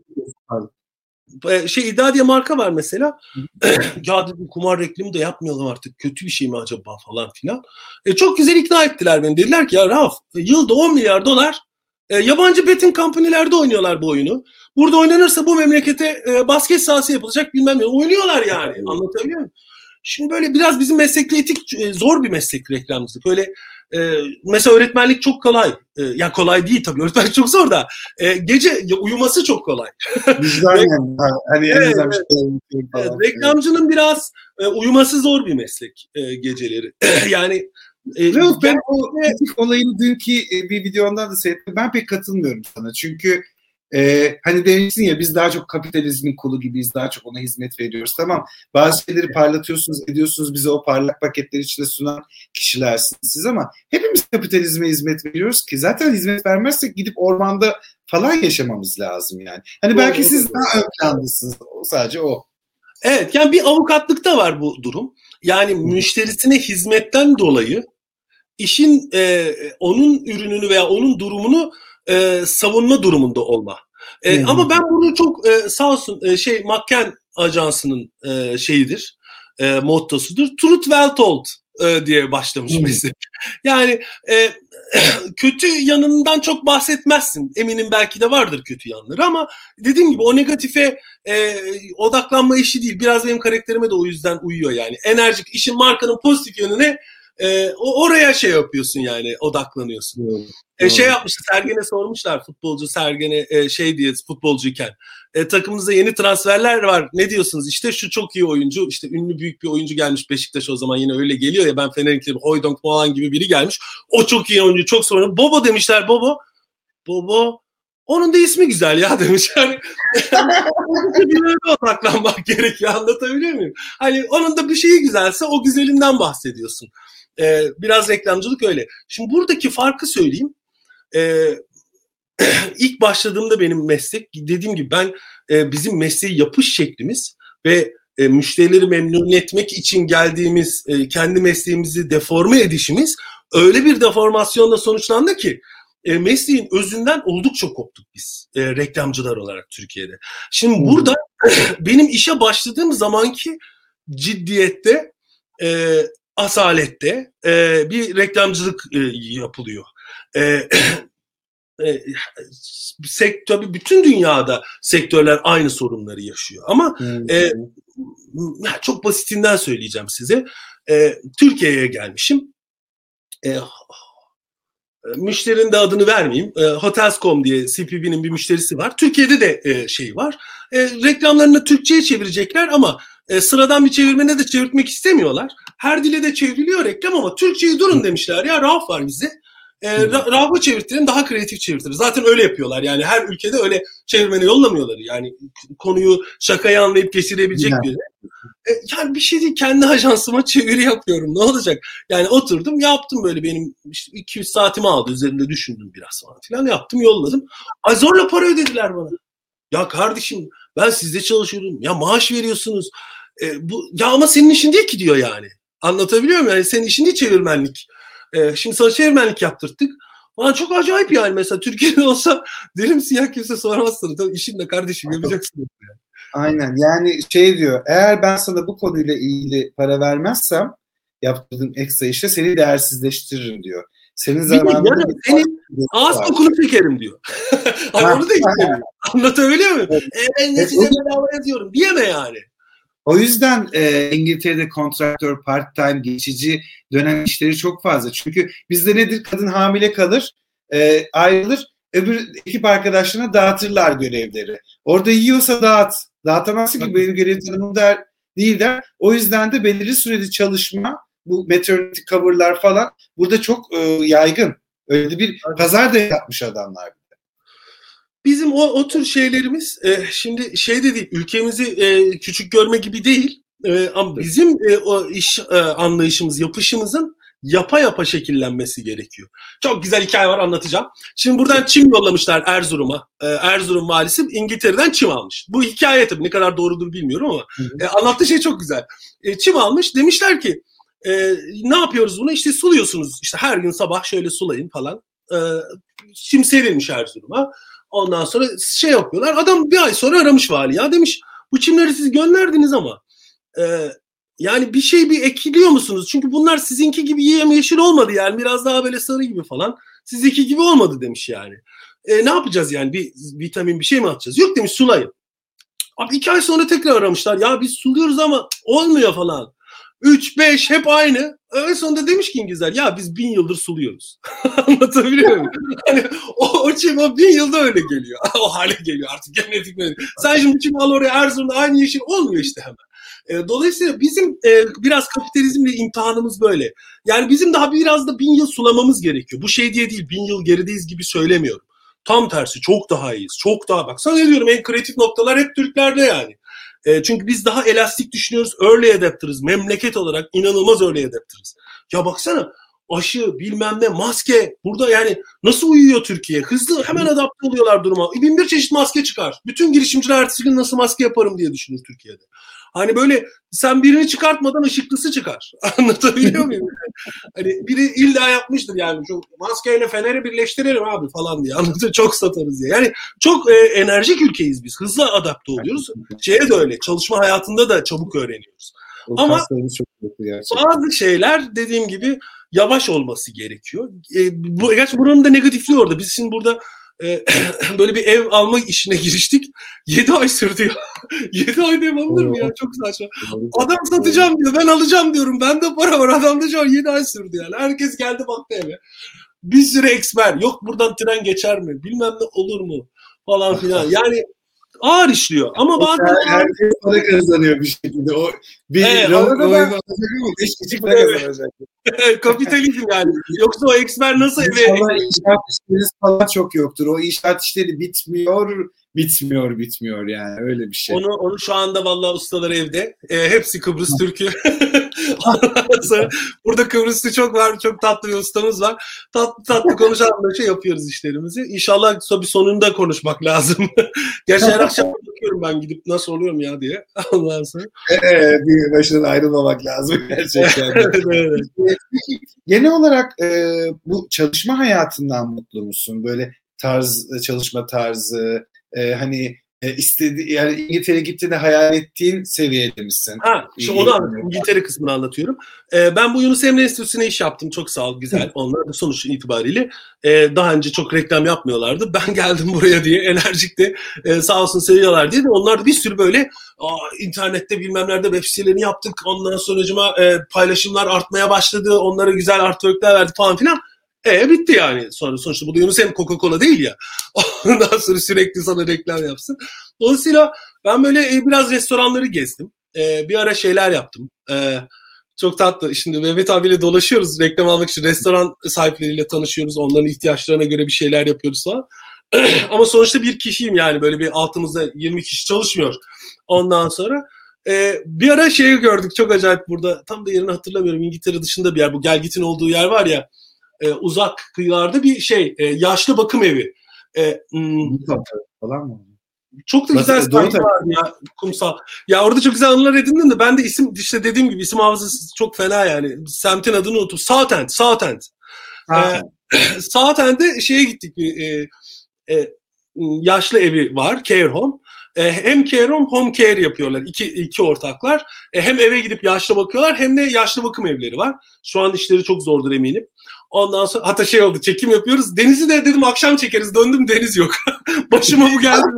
şey iddia diye marka var mesela. Ya dedim kumar reklamı da yapmayalım artık. Kötü bir şey mi acaba falan filan. E, çok güzel ikna ettiler beni. Dediler ki ya Rauf yılda on milyar dolar E, yabancı betting company'lerde oynuyorlar bu oyunu. Burada oynanırsa bu memlekete e, basket sahası yapılacak bilmem ne. Oynuyorlar yani. Anlatabiliyor muyum? Şimdi böyle biraz bizim meslekte etik e, zor bir meslek reklamcılık. Öyle e, mesela öğretmenlik çok kolay. E, ya kolay değil tabii. Öğretmenlik çok zor da. E, gece ya, uyuması çok kolay. Vicdan yani. Hani en Evet, azından bir evet. şey Evet, falan. reklamcının biraz e, uyuması zor bir meslek e, geceleri. Yani e, Rauf, ben ben- o etik olayını dünkü e, bir videondan da seyrettim. Ben pek katılmıyorum sana. Çünkü e, hani demişsin ya, biz daha çok kapitalizmin kulu gibiyiz. Daha çok ona hizmet veriyoruz. Tamam. Bazı şeyleri parlatıyorsunuz, ediyorsunuz. Bize o parlak paketleri içinde sunan kişilersiniz siz, ama hepimiz kapitalizme hizmet veriyoruz ki. Zaten hizmet vermezsek gidip ormanda falan yaşamamız lazım yani. Hani belki Doğru, siz doğru. daha ön plandasınız. O sadece o. Evet, yani bir avukatlıkta var bu durum. Yani müşterisine hizmetten dolayı işin e, onun ürününü veya onun durumunu e, savunma durumunda olma. E, Hı hı. ama ben bunu çok e, sağ olsun e, şey McCann Ajansı'nın e, şeyidir, e, mottosudur. Truth well told e, diye başlamış Hı. meslek. Yani e, kötü yanından çok bahsetmezsin. Eminim belki de vardır kötü yanları, ama dediğim gibi o negatife e, odaklanma işi değil. Biraz benim karakterime de o yüzden uyuyor yani. Enerjik, işin markanın pozitif yönüne e, oraya şey yapıyorsun yani, odaklanıyorsun. Doğru. E, şey yapmıştı, Sergen'e sormuşlar, futbolcu Sergen'e e, şey diye, futbolcuyken. E, takımımızda yeni transferler var. Ne diyorsunuz? İşte şu çok iyi oyuncu, işte ünlü büyük bir oyuncu gelmiş Beşiktaş, o zaman yine öyle geliyor ya, ben Fener'in Hoydonk falan gibi biri gelmiş. O çok iyi oyuncu, çok sonra. Bobo demişler, Bobo. Bobo. Onun da ismi güzel ya demiş. Yani bir öyle odaklanmak gerekiyor, anlatabiliyor muyum? Hani onun da bir şeyi güzelse o güzelinden bahsediyorsun. Ee, biraz reklamcılık öyle. Şimdi buradaki farkı söyleyeyim. Ee, ilk başladığımda benim meslek, dediğim gibi ben e, bizim mesleği yapış şeklimiz ve e, müşterileri memnun etmek için geldiğimiz e, kendi mesleğimizi deforme edişimiz öyle bir deformasyonla sonuçlandı ki e, mesleğin özünden oldukça koptuk biz e, reklamcılar olarak Türkiye'de. Şimdi burada benim işe başladığım zamanki ciddiyette, e, asalette e, bir reklamcılık e, yapılıyor. E, E, sektör, bütün dünyada sektörler aynı sorunları yaşıyor. Ama e, çok basitinden söyleyeceğim size. E, Türkiye'ye gelmişim. E, müşterinin de adını vermeyeyim. E, Hotels nokta com diye C P B'nin bir müşterisi var. Türkiye'de de e, şey var. E, reklamlarını Türkçe'ye çevirecekler ama e, sıradan bir çevirmene de çevirtmek istemiyorlar. Her dile de çevriliyor reklam, ama Türkçe'yi durun demişler. Ya Rauf var bize. E, Rauf'u çevirtirin, daha kreatif çevirtirir. Zaten öyle yapıyorlar. Yani her ülkede öyle çevirmene yollamıyorlar. Yani konuyu, şakayı anlayıp geçirebilecek biri. E, yani bir şey değil, kendi ajansıma çeviri yapıyorum. Ne olacak? Yani oturdum, yaptım, böyle benim işte iki üç saatimi aldı. Üzerinde düşündüm biraz falan filan. Yaptım, yolladım. Ay zorla para ödediler bana. Ya kardeşim, ben sizde çalışıyorum. Ya maaş veriyorsunuz. E, bu ya ama senin işin değil ki diyor yani. Anlatabiliyor muyum? Yani senin işin değil çevirmenlik. Ee, şimdi sana çevirmenlik yaptırttık. Bana çok acayip yani. Mesela Türkiye'de olsa derim siyah, kimse sormaz sana. Tabii işin de kardeşim, yapacaksın. Yani. Aynen, yani şey diyor, eğer ben sana bu konuyla ilgili para vermezsem yaptırdığım ekstra işte seni değersizleştiririm diyor. Senin zamanında yani senin ağız kokunu çekerim diyor. Ama onu da istemiyor. Anlatabiliyor muyum? Evet. E, ben de size bedava yazıyorum diyeme yani. O yüzden e, İngiltere'de kontraktör, part-time, geçici dönem işleri çok fazla. Çünkü bizde nedir? Kadın hamile kalır, e, ayrılır, öbür ekip arkadaşlarına dağıtırlar görevleri. Orada yiyorsa dağıt. Dağıtamazsın ki, benim görev tanımım der, değil der. O yüzden de belirli süreli çalışma, bu maternity cover'lar falan burada çok e, yaygın. Öyle bir pazar da yapmış adamlar. Bizim o, o tür şeylerimiz e, şimdi şey de değil, ülkemizi e, küçük görme gibi değil, e, ama bizim e, o iş e, anlayışımız, yapışımızın yapa yapa şekillenmesi gerekiyor. Çok güzel hikaye var, anlatacağım. Şimdi buradan çim yollamışlar Erzurum'a. E, Erzurum valisi İngiltere'den çim almış. Bu hikaye tabii ne kadar doğrudur bilmiyorum ama e, anlattığı şey çok güzel. E, çim almış, demişler ki e, ne yapıyoruz bunu? İşte suluyorsunuz, işte her gün sabah şöyle sulayın falan. E, çim serilmiş Erzurum'a. Ondan sonra şey yapıyorlar. Adam bir ay sonra aramış vali, ya demiş bu çimleri siz gönderdiniz ama e, yani bir şey bir ekiliyor musunuz? Çünkü bunlar sizinki gibi yemyeşil olmadı yani. Biraz daha böyle sarı gibi falan. Sizinki gibi olmadı demiş yani. E, ne yapacağız yani? Bir vitamin bir şey mi atacağız? Yok demiş, sulayın. Abi iki ay sonra tekrar aramışlar. Ya biz suluyoruz ama olmuyor falan. Üç, beş hep aynı. En sonunda demiş ki İngilizler, ya biz bin yıldır suluyoruz. Anlatabiliyor muyum? Hani o, o çim o bin yılda öyle geliyor. O hale geliyor artık genetik mi? Sen şimdi çim al oraya Erzurum'da aynı yeşil olmuyor işte hemen. E, dolayısıyla bizim e, biraz kapitalizmle imtihanımız böyle. Yani bizim daha biraz da bin yıl sulamamız gerekiyor. Bu şey diye değil, bin yıl gerideyiz gibi söylemiyorum. Tam tersi, çok daha iyiyiz. Çok daha, bak sana ne diyorum, en kreatif noktalar hep Türklerde yani. E, çünkü biz daha elastik düşünüyoruz. Early adapter'ız. Memleket olarak inanılmaz early adapter'ız. Ya baksana, aşı, bilmem ne, maske. Burada yani nasıl uyuyor Türkiye? Hızlı hemen adapte oluyorlar duruma. Bin bir çeşit maske çıkar. Bütün girişimciler ertesi gün nasıl maske yaparım diye düşünür Türkiye'de. Hani böyle sen birini çıkartmadan ışıklısı çıkar. Anlatabiliyor muyum? Hani biri illa yapmıştır yani. Şu maskeyle feneri birleştirelim abi falan diye. Anlatıyor, çok satarız diye. Yani çok e, enerjik ülkeyiz biz. Hızlı adapte oluyoruz. Şeye de öyle. Çalışma hayatında da çabuk öğreniyoruz. O ama bazı şeyler dediğim gibi yavaş olması gerekiyor. E, bu, gerçi buranın da negatifliği orada. Biz şimdi burada e, böyle bir ev alma işine giriştik. yedi ay sürdü ya. yedi ayda ev alınır mı ya? Çok saçma. Adam satacağım diyor. Ben alacağım diyorum. Bende para var. Adam da şu an yedi ay sürdü yani. Herkes geldi baktı eve. Bir sürü eksper. Yok buradan tren geçer mi? Bilmem ne olur mu? Falan filan. Yani ağır işliyor. Ama bazen yani herkes para kazanıyor bir şekilde. O bir evet, oyunu alacak ama beş kişi para evet. kazanacak. Kapitalizm yani. Yoksa o eksper nasıl eve... İnşallah inşaat işleri falan çok yoktur. O inşaat işleri bitmiyor, bitmiyor, bitmiyor yani. Öyle bir şey. Onu onu şu anda vallahi ustalar evde. E, hepsi Kıbrıs Türk'ü. Burada Kıbrıs'ta çok var. Çok tatlı bir ustamız var. Tatlı tatlı konuşanlar şey yapıyoruz işlerimizi. İnşallah bir sonunda konuşmak lazım. Gerçi her akşam bakıyorum ben gidip nasıl oluyorum ya diye. Ondan sonra. Evet, bir başından ayrılmamak lazım gerçekten. Evet, evet. Genel olarak e, bu çalışma hayatından mutlu musun? Böyle tarz, çalışma tarzı, e, hani e, istedi, yani İngiltere'ye gittiğinde hayal ettiğin seviyede misin? Ha, şu onu anlatıyorum. İngiltere kısmını anlatıyorum. E, ben bu Yunus Emre Enstitüsü'ne iş yaptım. Çok sağ ol, güzel. Onlar da sonuç itibariyle e, daha önce çok reklam yapmıyorlardı. Ben geldim buraya diye enerjik de e, sağ olsun seviyorlar diye de onlar da bir sürü böyle aa, internette bilmem nerede web sitelerini yaptık. Ondan sonracıma e, paylaşımlar artmaya başladı. Onlara güzel artworkler verdik falan filan. E bitti yani. Sonra sonuçta bu da Yunus Emre Coca-Cola değil ya. Ondan sonra sürekli sana reklam yapsın. Dolayısıyla ben böyle e, biraz restoranları gezdim. E, bir ara şeyler yaptım. E, çok tatlı. Şimdi Mehmet abiyle dolaşıyoruz. Reklam almak için restoran sahipleriyle tanışıyoruz. Onların ihtiyaçlarına göre bir şeyler yapıyoruz falan. Ama sonuçta bir kişiyim yani. Böyle bir altımızda yirmi kişi çalışmıyor. Ondan sonra e, bir ara şeyi gördük. Çok acayip burada. Tam da yerini hatırlamıyorum. İngiltere dışında bir yer. Bu Gelgit'in olduğu yer var ya. E, uzak kıyılarda bir şey. E, yaşlı bakım evi. E, hmm, falan mı? Çok da güzel sahne var ya, kumsal. Ya orada çok güzel anılar edindim de ben de isim işte dediğim gibi isim hafızası çok fena yani. Semtin adını unuttum. Southend, Southend. Ee, Southend'e şeye gittik bir e, e, yaşlı evi var, care home. E, hem care home, home care yapıyorlar. İki, iki ortaklar. E, hem eve gidip yaşlı bakıyorlar hem de yaşlı bakım evleri var. Şu an işleri çok zordur eminim. Ondan sonra hatta şey oldu, çekim yapıyoruz. Denizi de dedim akşam çekeriz. Döndüm, deniz yok. Başıma bu geldi.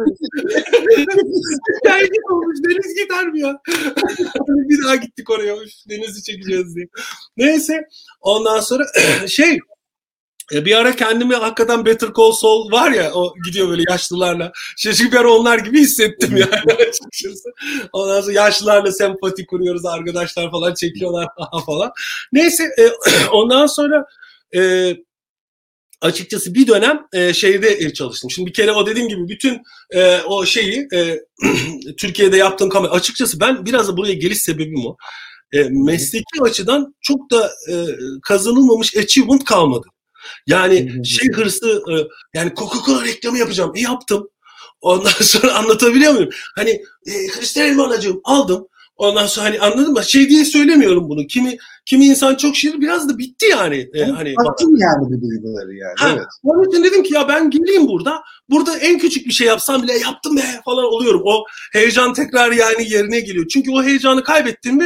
Gelgit olmuş. Deniz gider mi ya? Bir daha gittik oraya. Denizi çekeceğiz diye. Neyse. Ondan sonra şey bir ara kendimi hakikaten Better Call Saul var ya, o gidiyor böyle yaşlılarla. Şimdi bir ara onlar gibi hissettim yani açıkçası. Ondan sonra yaşlılarla sempati kuruyoruz, arkadaşlar falan çekiyorlar falan. Neyse ondan sonra e, açıkçası bir dönem e, şeyde çalıştım. Şimdi bir kere o dediğim gibi bütün e, o şeyi e, Türkiye'de yaptığım kamera. Açıkçası ben biraz da buraya geliş sebebim o. E, mesleki açıdan çok da e, kazanılmamış achievement kalmadı. Yani şey hırsı, yani Coca-Cola reklamı yapacağım. E yaptım. Ondan sonra anlatabiliyor muyum? Hani e, kristal elma alacağım. Aldım. Ondan sonra hani anladın mı? Şey diye söylemiyorum bunu. Kimi kimi insan çok şiir biraz da bitti yani. E, hani baktım yani bu duyguları yani. Ha, evet. Onun için dedim ki ya ben geleyim burada. Burada en küçük bir şey yapsam bile yaptım be falan oluyorum. O heyecan tekrar yani yerine geliyor. Çünkü o heyecanı kaybettin mi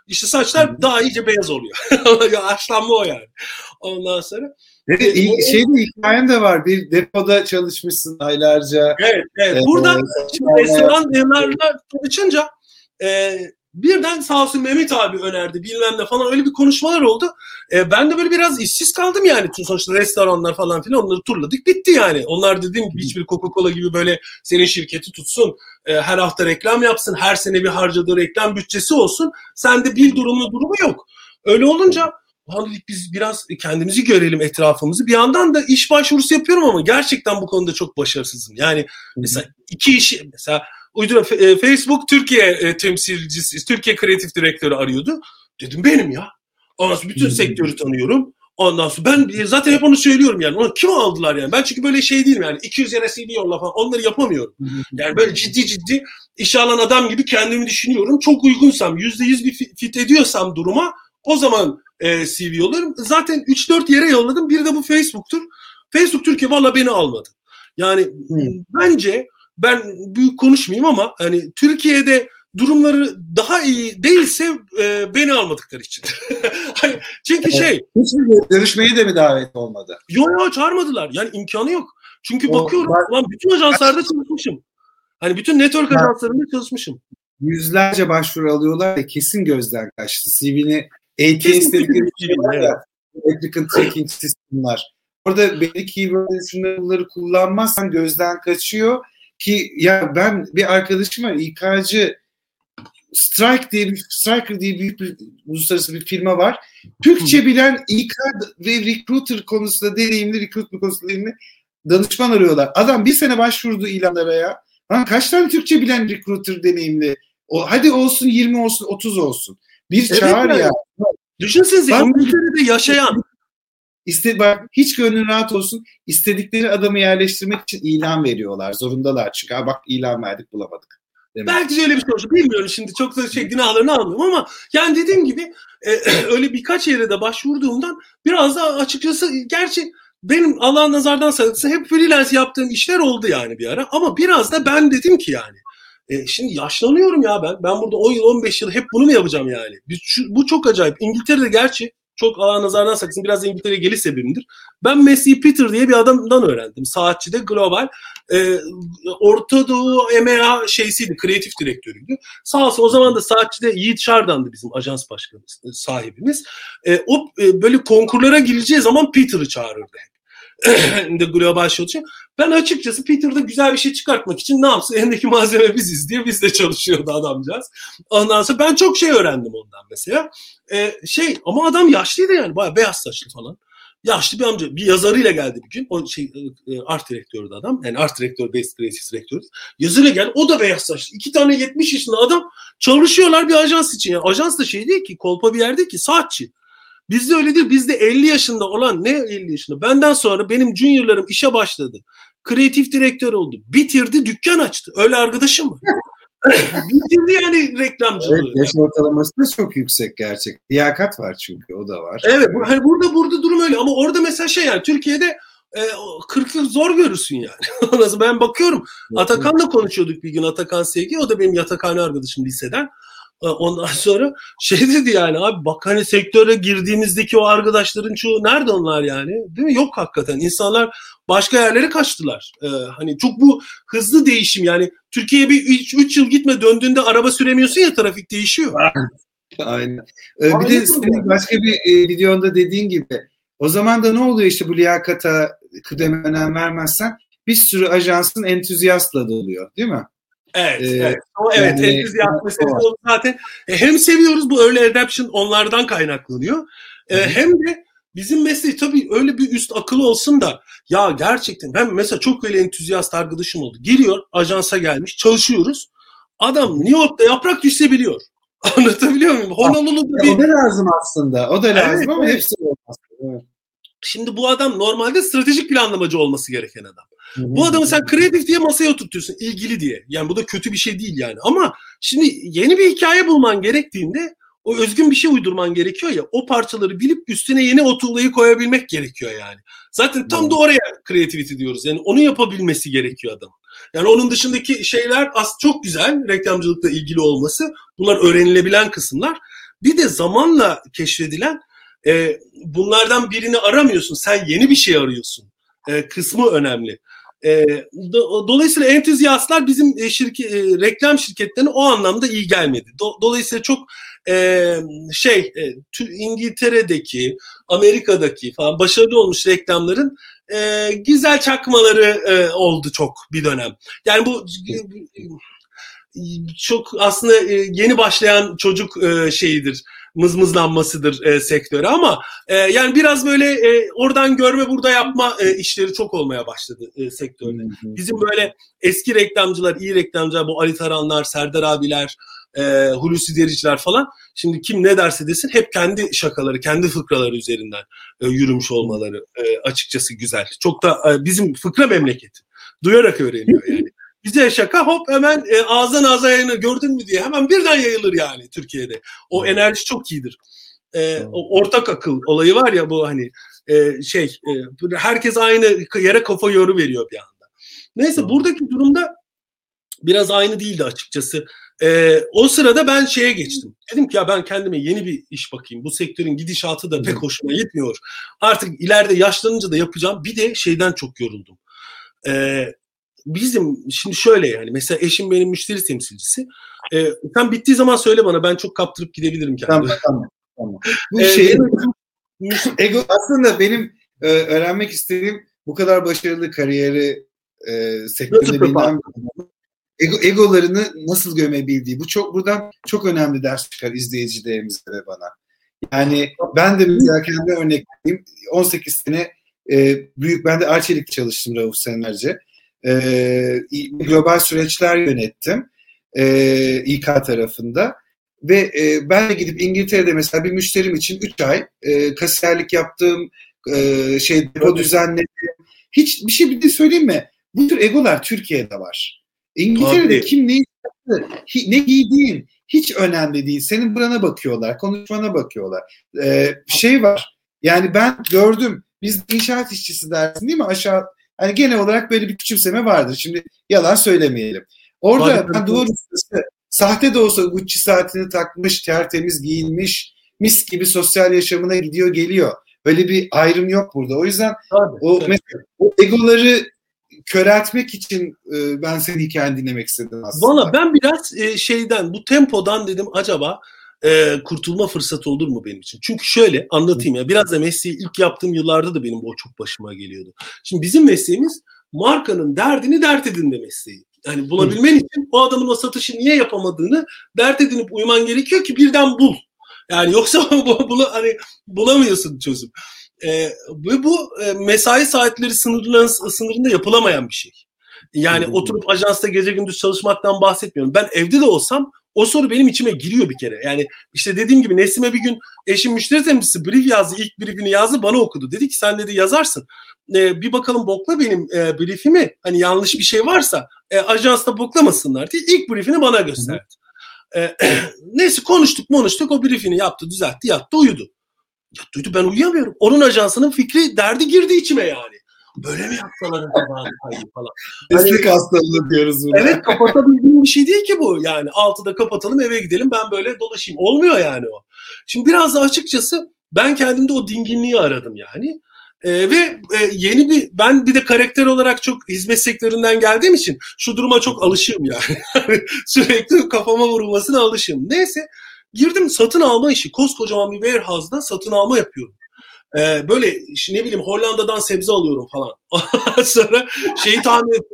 İşte saçlar daha iyice beyaz oluyor. Haşlanma o yani. Ondan sonra. Evet, e, şeyde hikayen de var. Bir depoda çalışmışsın aylarca. Evet, evet. Ee, Burada şimdi restoranlarla çalışınca e, birden sağ olsun Mehmet abi önerdi bilmem ne falan öyle bir konuşmalar oldu. E, ben de böyle biraz işsiz kaldım yani. Sonuçta restoranlar falan filan onları turladık bitti yani. Onlar dediğim gibi hiçbir Coca-Cola gibi böyle senin şirketi tutsun. E, her hafta reklam yapsın. Her sene bir harcadığı reklam bütçesi olsun. Sende bir durumlu durumu yok. Öyle olunca biz biraz kendimizi görelim etrafımızı. Bir yandan da iş başvurusu yapıyorum ama gerçekten bu konuda çok başarısızım. Yani mesela iki iş mesela uydura Facebook Türkiye temsilcisi, Türkiye kreatif direktörü arıyordu. Dedim benim ya. Ondan sonra bütün sektörü tanıyorum. Ondan sonra ben zaten hep onu söylüyorum yani. Ona kim aldılar yani? Ben çünkü böyle şey değilim yani. iki yüz yere C V yolla falan. Onları yapamıyorum. Yani böyle ciddi ciddi işe alan adam gibi kendimi düşünüyorum. Çok uygunsam, yüzde yüz bir fit ediyorsam duruma o zaman e, C V yollarım. Zaten üç dört yere yolladım. Biri de bu Facebook'tur. Facebook Türkiye valla beni almadı. Yani hmm. bence ben büyük konuşmayayım ama hani Türkiye'de durumları daha iyi değilse e, beni almadıkları için. Hani çünkü şey. Hiçbir görüşmeyi de mi davet olmadı? Yok yok çağırmadılar. Yani imkanı yok. Çünkü o, bakıyorum ben, lan bütün ajanslarda çalışmışım. Hani bütün network ajanslarında çalışmışım. Yüzlerce başvuru alıyorlar ve kesin gözden kaçtı. C V'ni A T istedikleri bir şey var ya. Applicant Tracking System'lar. Orada belli keyword'ları kullanmazsan gözden kaçıyor ki ya ben bir arkadaşıma İK'cı Strike diye bir Striker diye büyük bir uluslararası bir firma var. Türkçe bilen İK ve recruiter konusunda deneyimli, recruitment konusunda deneyimli danışman arıyorlar. Adam bir sene başvurdu ilanlara ya. Lan kaç tane Türkçe bilen recruiter deneyimli? O, hadi olsun yirmi olsun otuz olsun. Bir evet çağır yani. Ya. Düşünsenize İngiltere'de yaşayan. İste, bak, hiç gönlün rahat olsun. İstedikleri adamı yerleştirmek için ilan veriyorlar. Zorundalar çünkü. Ha, bak ilan verdik bulamadık. Demek. Belki de öyle bir şey olsun. Bilmiyorum şimdi çok da şey günahlarını almıyorum ama yani dediğim gibi e, öyle birkaç yere de başvurduğumdan biraz da açıkçası gerçi benim Allah nazardan saklasın hep freelance yaptığım işler oldu yani bir ara ama biraz da ben dedim ki yani e, şimdi yaşlanıyorum ya ben. Ben burada on yıl on beş yıl hep bunu mu yapacağım yani? Bu çok acayip. İngiltere'de gerçi çok Allah nazardan saklasın biraz da İngiltere'ye geliş sebebimdir. Ben Messi Peter diye bir adamdan öğrendim. Saatçide global e, Orta Doğu E M A şeysiydi, kreatif direktörüydü. Sağ olsun o zaman da Saatçide Yiğit Şardan'dı bizim ajans başkanımız, sahibimiz. E, o e, böyle konkurlara gireceği zaman Peter'ı çağırırdı hep. de global şey olacak. Ben açıkçası Peter'da güzel bir şey çıkartmak için ne yapsın? Elindeki malzeme biziz diye bizde çalışıyordu adamcağız. Ondan sonra ben çok şey öğrendim ondan mesela. Ee, şey ama adam yaşlıydı yani bayağı beyaz saçlı falan. Yaşlı bir amca bir yazarıyla geldi bir gün. O şey art direktördü adam. Yani art direktör, best creative direktör. Yazarıyla geldi. O da beyaz saçlı. İki tane yetmiş yaşında adam çalışıyorlar bir ajans için. Yani ajans da şey değil ki kolpa bir yer değil ki saatçi. Bizde öyle değil. Bizde elli yaşında olan ne elli yaşında? Benden sonra benim juniorlarım işe başladı. Kreatif direktör oldu. Bitirdi, dükkan açtı. Öyle arkadaşım mı? Bitirdi yani reklamcılığı. Evet, yaş ortalaması da çok yüksek gerçekten. Liyakat var çünkü o da var. Evet, bu, hani burada burada durum öyle ama orada mesela şey yani Türkiye'de e, kırk yıl zor görürsün yani. Nasıl ben bakıyorum. Atakan'la konuşuyorduk bir gün Atakan Sevgi. O da benim yatakhane arkadaşım liseden. Ondan sonra şey dedi yani abi bak hani sektöre girdiğimizdeki o arkadaşların çoğu nerede onlar yani değil mi? Yok hakikaten insanlar başka yerlere kaçtılar. Ee, hani çok bu hızlı değişim yani Türkiye'ye bir üç yıl gitme döndüğünde araba süremiyorsun ya trafik değişiyor. Aynen. Ee, bir de senin başka bir e, videonda dediğin gibi o zaman da ne oluyor işte bu liyakata kıdeme önem vermezsen bir sürü ajansın entüzyastla doluyor değil mi? Evet, ee, evet. O, evet, yani, entüziyast meselesi zaten. E, hem seviyoruz bu early adoption onlardan kaynaklanıyor. E, hem de bizim mesleği tabii öyle bir üst akıl olsun da ya gerçekten ben mesela çok öyle entüziyast arkadaşım oldu. Giriyor, ajansa gelmiş, çalışıyoruz. Adam New York'ta yaprak düşebiliyor. Anlatabiliyor muyum? Honolulu'da bir... O da lazım aslında. O da lazım evet, ama evet. Hepsi olmaz. Evet. Şimdi bu adam normalde stratejik planlamacı olması gereken adam. Bu adamı sen kreatif diye masaya oturtuyorsun, ilgili diye. Yani bu da kötü bir şey değil yani. Ama şimdi yeni bir hikaye bulman gerektiğinde o özgün bir şey uydurman gerekiyor ya. O parçaları bilip üstüne yeni o tuğlayı koyabilmek gerekiyor yani. Zaten tam da oraya creativity diyoruz. Yani onu yapabilmesi gerekiyor adam. Yani onun dışındaki şeyler az çok güzel reklamcılıkla ilgili olması. Bunlar öğrenilebilen kısımlar. Bir de zamanla keşfedilen e, bunlardan birini aramıyorsun. Sen yeni bir şey arıyorsun. E, kısmı önemli. E, do, dolayısıyla entüzyastlar bizim e, şirke, e, reklam şirketlerine o anlamda iyi gelmedi. Do, dolayısıyla çok e, şey e, İngiltere'deki, Amerika'daki falan başarılı olmuş reklamların e, güzel çakmaları e, oldu çok bir dönem. Yani bu e, çok aslında e, yeni başlayan çocuk e, şeyidir. Mızmızlanmasıdır e, sektöre ama e, yani biraz böyle e, oradan görme burada yapma e, işleri çok olmaya başladı e, sektörde. Bizim böyle eski reklamcılar, iyi reklamcılar, bu Ali Taranlar, Serdar abiler, e, Hulusi Dericiler falan, şimdi kim ne derse desin hep kendi şakaları, kendi fıkraları üzerinden e, yürümüş olmaları e, açıkçası güzel. Çok da e, bizim fıkra memleketi. Duyarak öğreniyor yani. Bize şaka hop hemen e, ağızdan ağza yayını gördün mü diye hemen birden yayılır yani Türkiye'de. O enerji çok iyidir. E, o ortak akıl olayı var ya, bu hani e, şey e, herkes aynı yere kafa yoru veriyor bir anda. Neyse buradaki durumda biraz aynı değildi açıkçası. E, o sırada ben şeye geçtim. Dedim ki ya ben kendime yeni bir iş bakayım. Bu sektörün gidişatı da pek hoşuma gitmiyor. Artık ileride yaşlanınca da yapacağım. Bir de şeyden çok yoruldum. Eee Bizim şimdi şöyle yani mesela eşim benim müşteri temsilcisi. Ee, sen bittiği zaman söyle bana, ben çok kaptırıp gidebilirim kendime. Tamam tamam. tamam. Bu ee, şey ego aslında benim e, öğrenmek istediğim bu kadar başarılı kariyeri e, sektöründe bilmem ego, egolarını nasıl gömebildiği. Bu çok buradan çok önemli ders çıkar izleyicilerimize ve bana. Yani ben de mesela kendi örnek vereyim. on sekiz sene e, büyük ben de Arçelik'te çalıştım Rauf senelerce. E, global süreçler yönettim e, İK tarafında ve e, ben de gidip İngiltere'de mesela bir müşterim için üç ay e, kasiyerlik yaptım, e, şey depo düzenledim. Hiç bir şey bir de söyleyeyim mi? Bu tür egolar Türkiye'de var. İngiltere'de Abi. kim ne yaptı, ne giydiğin hiç önemli değil. Senin burana bakıyorlar, konuşmana bakıyorlar. E, şey var. Yani ben gördüm. Biz inşaat işçisi dersin değil mi? Aşağı hani genel olarak böyle bir küçümseme vardır. Şimdi yalan söylemeyelim. Orada Hadi, ben duvar ustası sahte de olsa Gucci saatini takmış, tertemiz giyinmiş, mis gibi sosyal yaşamına gidiyor geliyor. Böyle bir ayrım yok burada. O yüzden Hadi, o, mesela, o egoları köreltmek için e, ben senin hikayeni dinlemek istedim aslında. Valla ben biraz e, şeyden, bu tempodan dedim acaba e, kurtulma fırsatı olur mu benim için? Çünkü şöyle anlatayım ya, biraz da mesleği ilk yaptığım yıllarda da benim o çok başıma geliyordu. Şimdi bizim mesleğimiz markanın derdini dert edinme mesleği. Yani bulabilmen için o adamın o satışı niye yapamadığını dert edinip uyman gerekiyor ki birden bul. Yani yoksa bunu hani bulamıyorsun çözüm. E, ve bu e, mesai saatleri sınırında yapılamayan bir şey. Yani hmm. oturup ajansta gece gündüz çalışmaktan bahsetmiyorum. Ben evde de olsam o soru benim içime giriyor bir kere. Yani işte dediğim gibi Nesim'e bir gün eşim müşteri temsilcisi brief yazdı. İlk briefini yazdı, bana okudu. Dedi ki sen dedi yazarsın. Ee, bir bakalım bokla benim e, briefimi. Hani yanlış bir şey varsa e, ajansta boklamasınlar diye ilk briefini bana gösterdi. Ee, neyse konuştuk konuştuk. O briefini yaptı, düzeltti, yattı, uyudu. Yattı uyudu, ben uyuyamıyorum. Onun ajansının fikri, derdi girdi içime yani. Böyle mi yapsalar acaba falan. Meslek hani, hastalığı diyoruz buna. Evet, kapatabildiğim bir şey değil ki bu. Yani altıda kapatalım eve gidelim, ben böyle dolaşayım. Olmuyor yani o. Şimdi biraz da açıkçası ben kendimde o dinginliği aradım yani. Ee, ve e, yeni bir, ben bir de karakter olarak çok hizmet sektöründen geldiğim için şu duruma çok alışığım yani. Sürekli kafama vurulmasına alışığım. Neyse girdim satın alma işi. Koskocaman bir warehouse'da satın alma yapıyorum. Ee, böyle işte ne bileyim Hollanda'dan sebze alıyorum falan. Sonra şeyi tahmin et,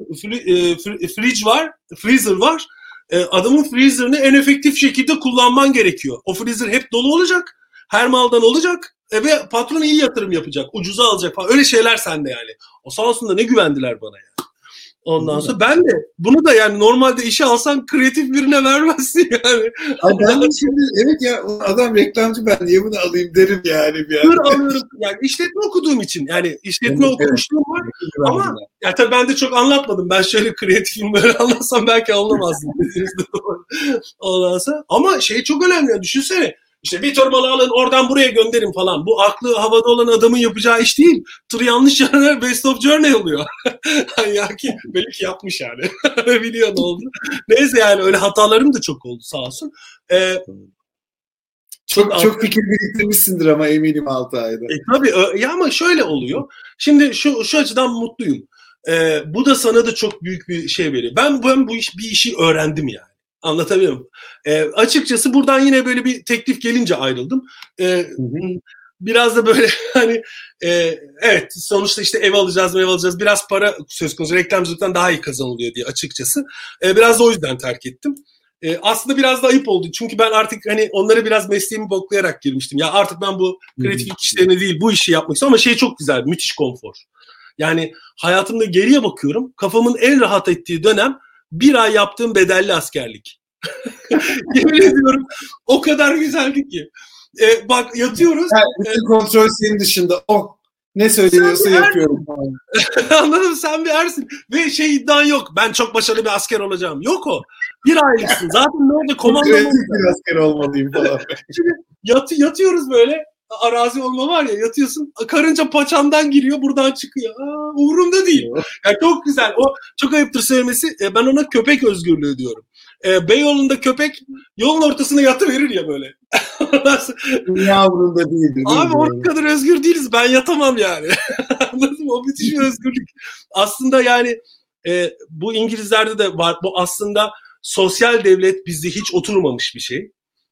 fridge var, freezer var. Ee, adamın freezer'ını en efektif şekilde kullanman gerekiyor. O freezer hep dolu olacak, her maldan olacak e, ve patron iyi yatırım yapacak, ucuza alacak falan. Öyle şeyler sende yani. O sağ olsun da ne güvendiler bana yani. Ondan sonra ben de bunu da yani normalde işe alsan kreatif birine vermezsin yani. Ay ben de şimdi evet ya adam reklamcı, ben niye bunu alayım derim yani. Bir Dur alıyorum yani işletme okuduğum için, yani işletme evet, okumuşluğum var evet, ama ya tabii ben de çok anlatmadım. Ben şöyle kreatifim böyle anlatsam belki anlamazdım. Ondan sonra ama şey çok önemli yani, düşünsene. İşte bir torbalı alın oradan buraya gönderin falan. Bu aklı havada olan adamın yapacağı iş değil. Tır yanlış yerine best of journey oluyor. Ya ki belki yapmış yani. Biliyor ne oldu. Neyse yani öyle hatalarım da çok oldu sağ olsun. Ee, Çok çok fikir biriktirmişsindir ama eminim altı ayda. E, tabii ya, ama şöyle oluyor. Şimdi şu şu açıdan mutluyum. Ee, bu da sana da çok büyük bir şey veriyor. Ben ben bu iş bir işi öğrendim yani. Anlatabiliyor muyum? Ee, açıkçası buradan yine böyle bir teklif gelince ayrıldım. Ee, biraz da böyle hani e, evet, sonuçta işte ev alacağız, ev alacağız. Biraz para söz konusu, reklamcılıktan daha iyi kazanılıyor diye açıkçası. Ee, biraz da o yüzden terk ettim. Ee, aslında biraz da ayıp oldu. Çünkü ben artık hani onlara biraz mesleğimi boklayarak girmiştim. Ya artık ben bu kreatiflik işlerine değil, bu işi yapmak istiyorum. Ama şey çok güzel, müthiş konfor. Yani hayatımda geriye bakıyorum. Kafamın en rahat ettiği dönem bir ay yaptığım bedelli askerlik. Yemin ediyorum o kadar güzeldi ki. Ee, bak yatıyoruz. Yani bütün e, kontrol senin dışında. Oh, ne söyleniyorsa yapıyorum. Anladın mı? Sen bir ersin. Ve şey iddian yok. Ben çok başarılı bir asker olacağım. Yok o. Bir aylıksın. Zaten ne olacak? Komando bir asker olmalıyım falan. Şimdi yat, yatıyoruz böyle. Arazi olma var ya, yatıyorsun. Karınca paçandan giriyor, buradan çıkıyor. Aa, umurumda değil. Yani çok güzel. O çok ayıptır söylemesi. E, ben ona köpek özgürlüğü diyorum. E, Beyoğlu'nda köpek yolun ortasına yatıverir ya böyle. Dünya umurumda değil. Abi o kadar özgür değiliz. Ben yatamam yani. Anladın mı? O müthiş bir özgürlük. Aslında yani e, bu İngilizlerde de var. Bu aslında sosyal devlet bizde hiç oturmamış bir şey.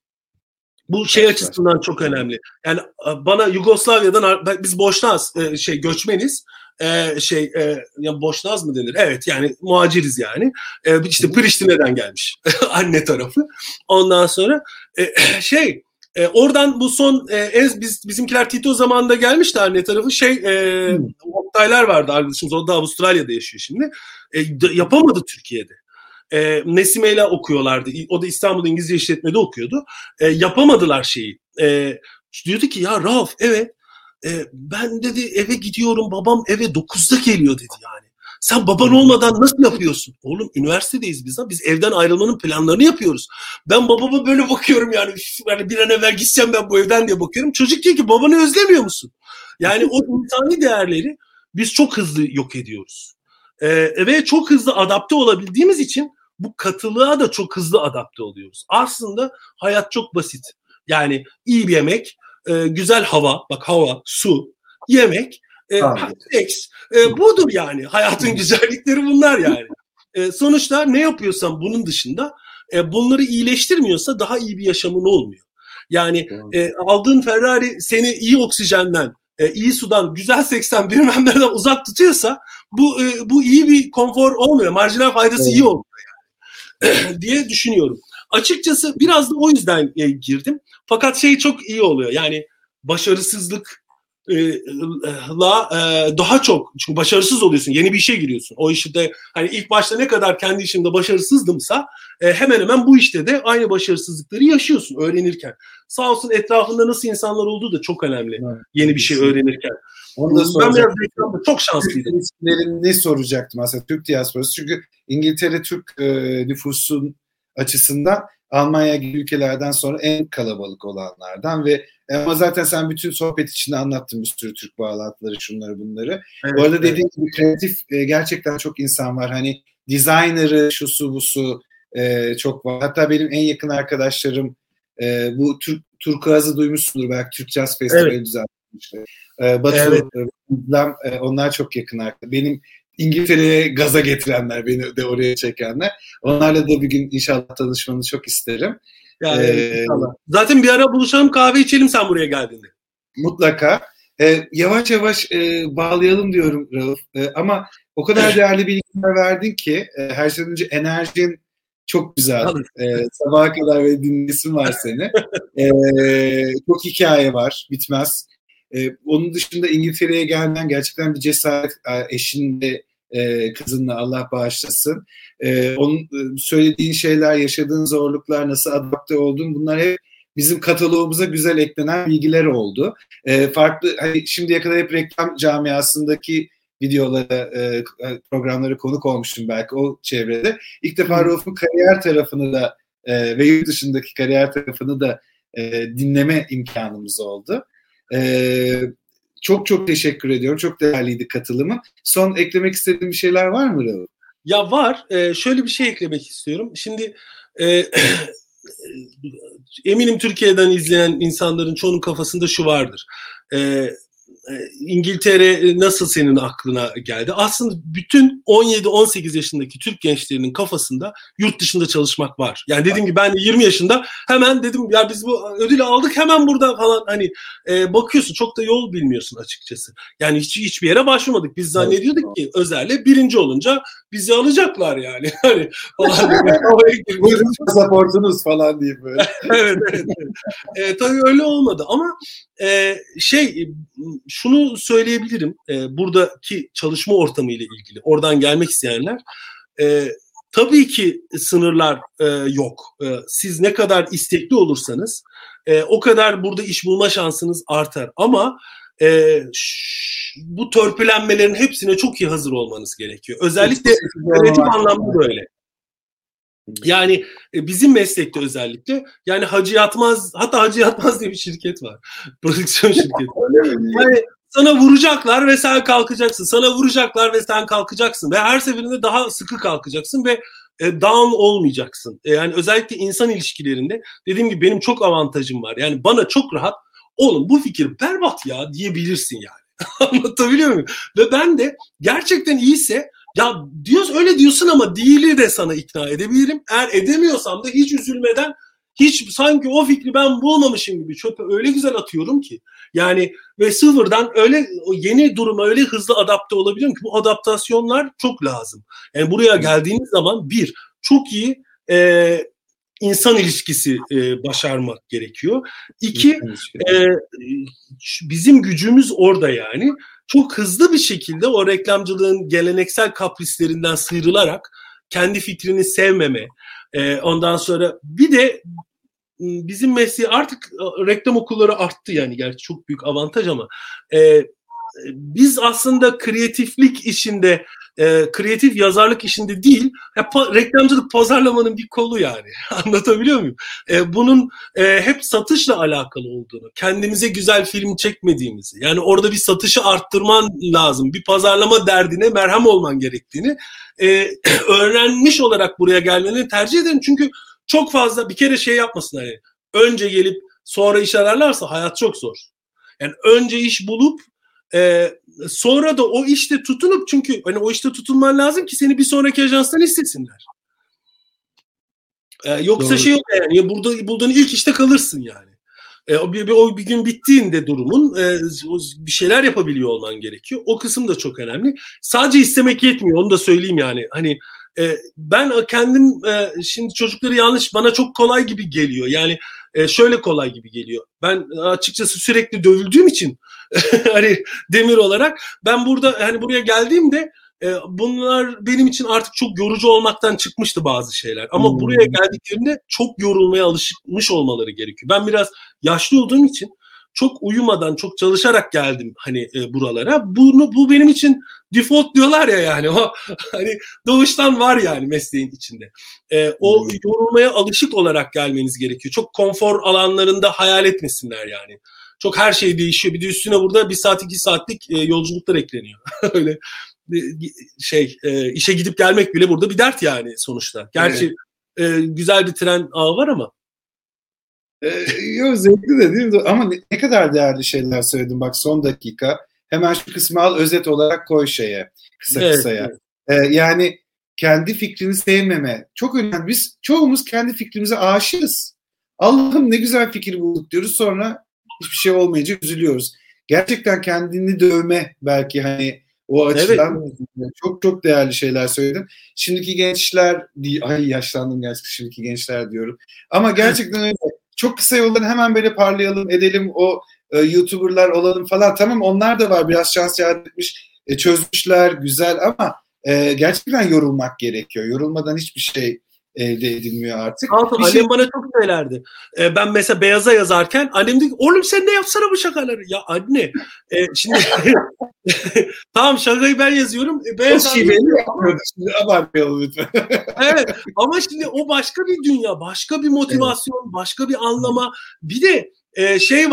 Bu şey evet, açısından çok önemli. Yani bana Yugoslavya'dan, biz Boşnağız, şey göçmeniz, şey ya Boşnağız mı denir? Evet, yani muhaciriz yani. İşte Priştine'den gelmiş anne tarafı. Ondan sonra şey oradan bu son ez biz bizimkiler Tito zamanında gelmişti anne tarafı. Şey hmm. Oktaylar vardı arkadaşımız. O da Avustralya'da yaşıyor şimdi. Yapamadı Türkiye'de. E, Nesime'yle okuyorlardı. O da İstanbul İngilizce İşletme'de okuyordu. E, yapamadılar şeyi. E, diyordu ki ya Rauf, evet e, ben dedi eve gidiyorum, babam eve dokuzda geliyor dedi yani. Sen baban olmadan nasıl yapıyorsun? Oğlum üniversitedeyiz biz ha. Biz evden ayrılmanın planlarını yapıyoruz. Ben babama böyle bakıyorum yani. Yani bir an evvel gitsem ben bu evden diye bakıyorum. Çocuk diyor ki babanı özlemiyor musun? Yani o insani değerleri biz çok hızlı yok ediyoruz. Ee, ve çok hızlı adapte olabildiğimiz için bu katılığa da çok hızlı adapte oluyoruz. Aslında hayat çok basit. Yani iyi bir yemek, e, güzel hava, bak hava, su, yemek, e, seks. E, budur yani. Hayatın güzellikleri bunlar yani. E, sonuçta ne yapıyorsan bunun dışında e, bunları iyileştirmiyorsa daha iyi bir yaşamın olmuyor. Yani e, aldığın Ferrari seni iyi oksijenden, e, iyi sudan, güzel seksten bilmem nereden uzak tutuyorsa bu e, bu iyi bir konfor olmuyor. Marjinal faydası evet. iyi olmuyor yani. diye düşünüyorum. Açıkçası biraz da o yüzden e, girdim. Fakat şey çok iyi oluyor. Yani başarısızlık la e, daha çok, çünkü başarısız oluyorsun, yeni bir işe giriyorsun. O işte hani ilk başta ne kadar kendi işimde başarısızdımsa e, hemen hemen bu işte de aynı başarısızlıkları yaşıyorsun öğrenirken. Sağ olsun etrafında nasıl insanlar olduğu da çok önemli. Evet. Yeni bir şey öğrenirken. Onu da ben biraz reklamda çok şanslıydım. Ne soracaktım aslında Türk diasporası? Çünkü İngiltere Türk e, nüfusun açısından Almanya gibi ülkelerden sonra en kalabalık olanlardan ve ama zaten sen bütün sohbet içinde anlattın bir sürü Türk bağlantıları, şunları bunları. Evet, bu arada evet. dediğim gibi kreatif e, gerçekten çok insan var. Hani designer'ı, şusu busu e, çok var. Hatta benim en yakın arkadaşlarım e, bu Türk Turkuaz'ı duymuşsundur belki, Türk Jazz Festivali evet. düzenlemişti. E, Batu, evet. e, onlar çok yakın arkadaşlar. Benim İngiltere'ye gaza getirenler, beni de oraya çekenler. Onlarla da bir gün inşallah tanışmanı çok isterim. Yani, ee, zaten bir ara buluşalım, kahve içelim sen buraya geldiğinde. Mutlaka. Ee, yavaş yavaş e, bağlayalım diyorum Rauf. E, ama o kadar değerli bilgiler verdin ki e, her şeyden önce enerjin çok güzel. E, sabaha kadar ve dinlesin var seni. E, çok hikaye var, bitmez. E, onun dışında İngiltere'ye gelmen gerçekten bir cesaret. Eşin de e, kızınla Allah bağışlasın. E, onun e, söylediğin şeyler, yaşadığın zorluklar, nasıl adapte oldun, bunlar hep bizim kataloğumuza güzel eklenen bilgiler oldu. E, farklı, hani şimdiye kadar hep reklam camiasındaki videolara, e, programlara konuk olmuştum belki o çevrede. İlk defa Rauf'un kariyer tarafını da e, ve yurt dışındaki kariyer tarafını da e, dinleme imkanımız oldu. Ee, çok çok teşekkür ediyorum. Çok değerliydi katılımın. Son eklemek istediğin bir şeyler var mı Rauf? Ya var. Ee, şöyle bir şey eklemek istiyorum. Şimdi e, eminim Türkiye'den izleyen insanların çoğunun kafasında şu vardır. E, İngiltere nasıl senin aklına geldi? Aslında bütün on yedi on sekiz yaşındaki Türk gençlerinin kafasında yurt dışında çalışmak var. Yani dediğim gibi ben de yirmi yaşında hemen dedim ya biz bu ödülü aldık hemen burada falan hani e, bakıyorsun çok da yol bilmiyorsun açıkçası. Yani hiç hiçbir yere başvurmadık. Biz zannediyorduk ki Özer'le birinci olunca bizi alacaklar yani. Hani falan buyurun pasaportunuz falan diye böyle. evet evet. evet. E, tabii öyle olmadı ama e, şey şunu söyleyebilirim e, buradaki çalışma ortamı ile ilgili oradan gelmek isteyenler e, tabii ki sınırlar e, yok. E, siz ne kadar istekli olursanız e, o kadar burada iş bulma şansınız artar ama e, ş- bu törpülenmelerin hepsine çok iyi hazır olmanız gerekiyor. Özellikle yönetim anlamda böyle. Yani e, bizim meslekte özellikle yani Hacı Yatmaz hatta Hacı Yatmaz diye bir şirket var. Prodüksiyon şirketi. Yani sana vuracaklar ve sen kalkacaksın. Sana vuracaklar ve sen kalkacaksın. Ve her seferinde daha sıkı kalkacaksın ve e, down olmayacaksın. E, yani özellikle insan ilişkilerinde dediğim gibi benim çok avantajım var. Yani bana çok rahat oğlum bu fikir berbat ya diyebilirsin yani. Anlatabiliyor muyum? Ve ben de gerçekten iyiyse ya diyoruz öyle diyorsun ama değili de sana ikna edebilirim. Eğer edemiyorsam da hiç üzülmeden hiç sanki o fikri ben bulmamışım gibi çöpe öyle güzel atıyorum ki. Yani ve sıfırdan öyle o yeni duruma öyle hızlı adapte olabiliyorum ki bu adaptasyonlar çok lazım. Yani buraya geldiğiniz zaman bir çok iyi e, insan ilişkisi e, başarmak gerekiyor. İki e, bizim gücümüz orada yani. Çok hızlı bir şekilde o reklamcılığın geleneksel kaprislerinden sıyrılarak kendi fikrini sevmeme, e, ondan sonra bir de bizim mesleği artık reklam okulları arttı yani gerçi çok büyük avantaj ama e, biz aslında kreatiflik işinde, e, kreatif yazarlık işinde değil, ya, pa- reklamcılık pazarlamanın bir kolu yani. Anlatabiliyor muyum? E, bunun e, hep satışla alakalı olduğunu, kendimize güzel film çekmediğimizi, yani orada bir satışı arttırman lazım, bir pazarlama derdine merhem olman gerektiğini e, öğrenmiş olarak buraya gelmeni tercih ederim. Çünkü çok fazla bir kere şey yapmasınlar yani. Önce gelip sonra iş ararlarsa hayat çok zor. Yani önce iş bulup Ee, sonra da o işte tutunup çünkü hani o işte tutunman lazım ki seni bir sonraki ajanstan istesinler. Ee, yoksa Doğru. şey yok yani burada bulduğun ilk işte kalırsın yani. Ee, o, bir, o bir gün bittiğinde durumun e, bir şeyler yapabiliyor olman gerekiyor. O kısım da çok önemli. Sadece istemek yetmiyor onu da söyleyeyim yani. Hani e, ben kendim e, şimdi çocukları yanlış bana çok kolay gibi geliyor. Yani e, şöyle kolay gibi geliyor. Ben açıkçası sürekli dövüldüğüm için hani demir olarak ben burada hani buraya geldiğimde e, bunlar benim için artık çok yorucu olmaktan çıkmıştı bazı şeyler. Ama hmm. buraya geldiklerinde çok yorulmaya alışmış olmaları gerekiyor. Ben biraz yaşlı olduğum için çok uyumadan, çok çalışarak geldim hani e, buralara. Bunu bu benim için default diyorlar ya yani o hani doğuştan var yani mesleğin içinde. E, o hmm. yorulmaya alışık olarak gelmeniz gerekiyor. Çok konfor alanlarında hayal etmesinler yani. Çok her şey değişiyor. Bir de üstüne burada bir saat iki saatlik e, yolculuklar ekleniyor. Öyle şey e, işe gidip gelmek bile burada bir dert yani sonuçta. Gerçi evet. e, güzel bir tren ağı var ama. Ee, yok zevkli de değil mi? Ama ne, ne kadar değerli şeyler söyledin bak son dakika. Hemen şu kısmı al özet olarak koy şeye. Kısa evet, kısaya. Evet. Ee, yani kendi fikrini sevmeme. Çok önemli. Biz çoğumuz kendi fikrimize aşığız. Allah'ım ne güzel fikir bulduk diyoruz. Sonra hiçbir şey olmayınca üzülüyoruz. Gerçekten kendini dövme belki hani o açıdan evet. çok çok değerli şeyler söyledin. Şimdiki gençler, ay yaşlandım gerçekten şimdiki gençler diyorum. Ama gerçekten öyle. Çok kısa yoldan hemen böyle parlayalım, edelim, o e, YouTuber'lar olalım falan. Tamam onlar da var. Biraz şans yarat etmiş, e, çözmüşler, güzel ama e, gerçekten yorulmak gerekiyor. Yorulmadan hiçbir şey elde edilmiyor artık. Altın, annem şey... bana çok söylerdi. Ee, ben mesela beyaza yazarken annem dedi oğlum sen de yapsana bu şakaları. Ya anne e, şimdi tamam şakayı ben yazıyorum. E, beyaz o şiveli yapmıyordu şimdi abartmayalım lütfen. Evet ama şimdi o başka bir dünya, başka bir motivasyon, evet. başka bir anlama. Bir de e, şey var.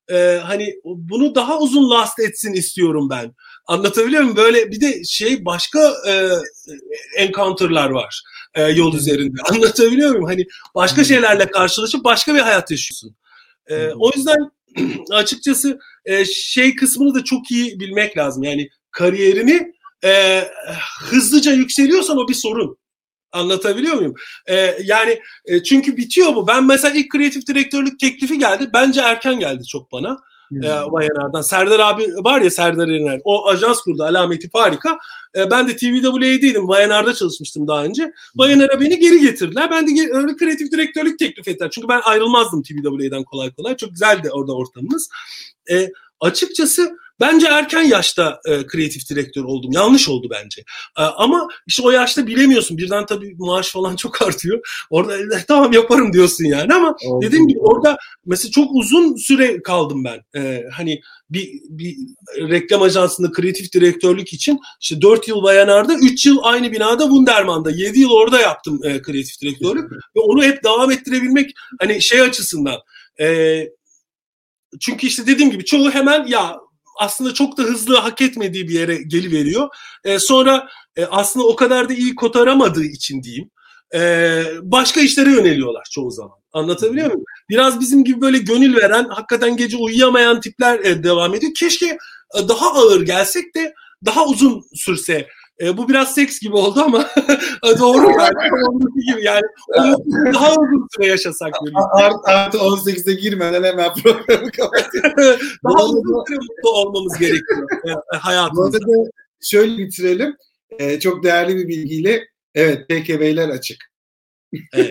e, hani bunu daha uzun last etsin istiyorum ben. Anlatabiliyor muyum? Böyle bir de şey başka e, encounter'lar var e, yol üzerinde. Anlatabiliyor muyum? Hani başka şeylerle karşılaşıp başka bir hayat yaşıyorsun. E, o yüzden açıkçası e, şey kısmını da çok iyi bilmek lazım. Yani kariyerini e, hızlıca yükseliyorsan o bir sorun. Anlatabiliyor muyum? Ee, yani e, çünkü bitiyor bu. Ben mesela ilk kreatif direktörlük teklifi geldi. Bence erken geldi çok bana. Hmm. E, Vayanar'dan. Serdar abi var ya, Serdar Erener. O ajans kurdu. Alameti Farika. E, ben de T V W A'deydim. Vayanar'da çalışmıştım daha önce. Vayanar'a beni geri getirdiler. Ben de ge- öyle kreatif direktörlük teklif ettiler. Çünkü ben ayrılmazdım T V W A'dan kolay kolay. Çok güzeldi orada ortamımız. E, açıkçası bence erken yaşta e, kreatif direktör oldum. Yanlış oldu bence. E, ama işte o yaşta bilemiyorsun. Birden tabii maaş falan çok artıyor. Orada e, tamam yaparım diyorsun yani ama oldu. Dediğim gibi orada mesela çok uzun süre kaldım ben. E, hani bir, bir reklam ajansında kreatif direktörlük için işte dört yıl Vayanar'da, üç yıl aynı binada Wunderman'da, yedi yıl orada yaptım e, kreatif direktörlük. Ve onu hep devam ettirebilmek hani şey açısından e, çünkü işte dediğim gibi çoğu hemen ya aslında çok da hızlı hak etmediği bir yere geliveriyor. E, sonra e, aslında o kadar da iyi kotaramadığı için diyeyim. E, başka işlere yöneliyorlar çoğu zaman. Anlatabiliyor muyum? Biraz bizim gibi böyle gönül veren, hakikaten gece uyuyamayan tipler e, devam ediyor. Keşke e, daha ağır gelsek de daha uzun sürse. E, bu biraz seks gibi oldu ama doğru yani. gibi yani. Daha uzun süre yaşasak. Art, artı on sekize girmeden hemen programı kapatıyoruz. Daha uzun süre mutlu olmamız gerekiyor e, hayatımızda. Bu arada şöyle bitirelim. E, çok değerli bir bilgiyle. Evet, T K B'ler açık. Evet.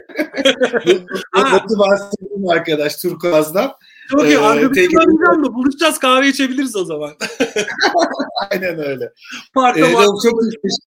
Batı bahsettiğim arkadaş Turkuaz'dan. Çok iyi. Arkadaşımla arayacağım da buluşacağız, kahve içebiliriz o zaman. Aynen öyle. Ee, çok, çok,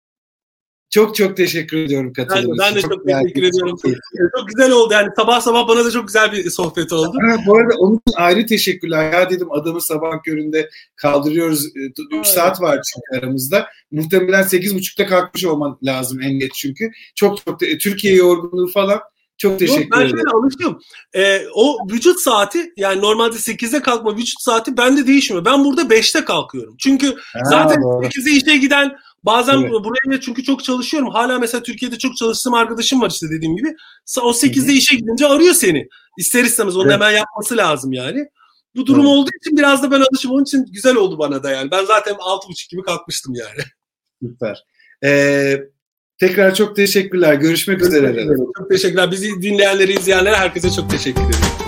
çok çok teşekkür ediyorum katıldığınız için. Ben de çok, çok teşekkür ediyorum. Çok, çok güzel oldu. Yani sabah sabah bana da çok güzel bir sohbet oldu. Ha, bu arada onun için ayrı teşekkürler. Ya dedim adamı sabah köründe kaldırıyoruz. üç saat var çünkü aramızda. Muhtemelen sekiz buçukta kalkmış olman lazım en geç çünkü. Çok çok de, Türkiye yorgunluğu falan. Çok teşekkür Yok, ben ederim. Ben şöyle alıştım. Ee, o vücut saati, yani normalde sekizde kalkma vücut saati bende değişmiyor. Ben burada beşte kalkıyorum. Çünkü ha, zaten doğru. sekizde işe giden bazen evet. buraya çünkü çok çalışıyorum. Hala mesela Türkiye'de çok çalıştığım arkadaşım var işte dediğim gibi. O sekizde işe gidince arıyor seni. İster istemez onu evet. hemen yapması lazım yani. Bu durum evet. olduğu için biraz da ben alışım. Onun için güzel oldu bana da yani. Ben zaten altı buçuk gibi kalkmıştım yani. Süper. Ee, tekrar çok teşekkürler. Görüşmek üzere. Çok teşekkürler. Bizi dinleyenlere, izleyenlere herkese çok teşekkür ederim.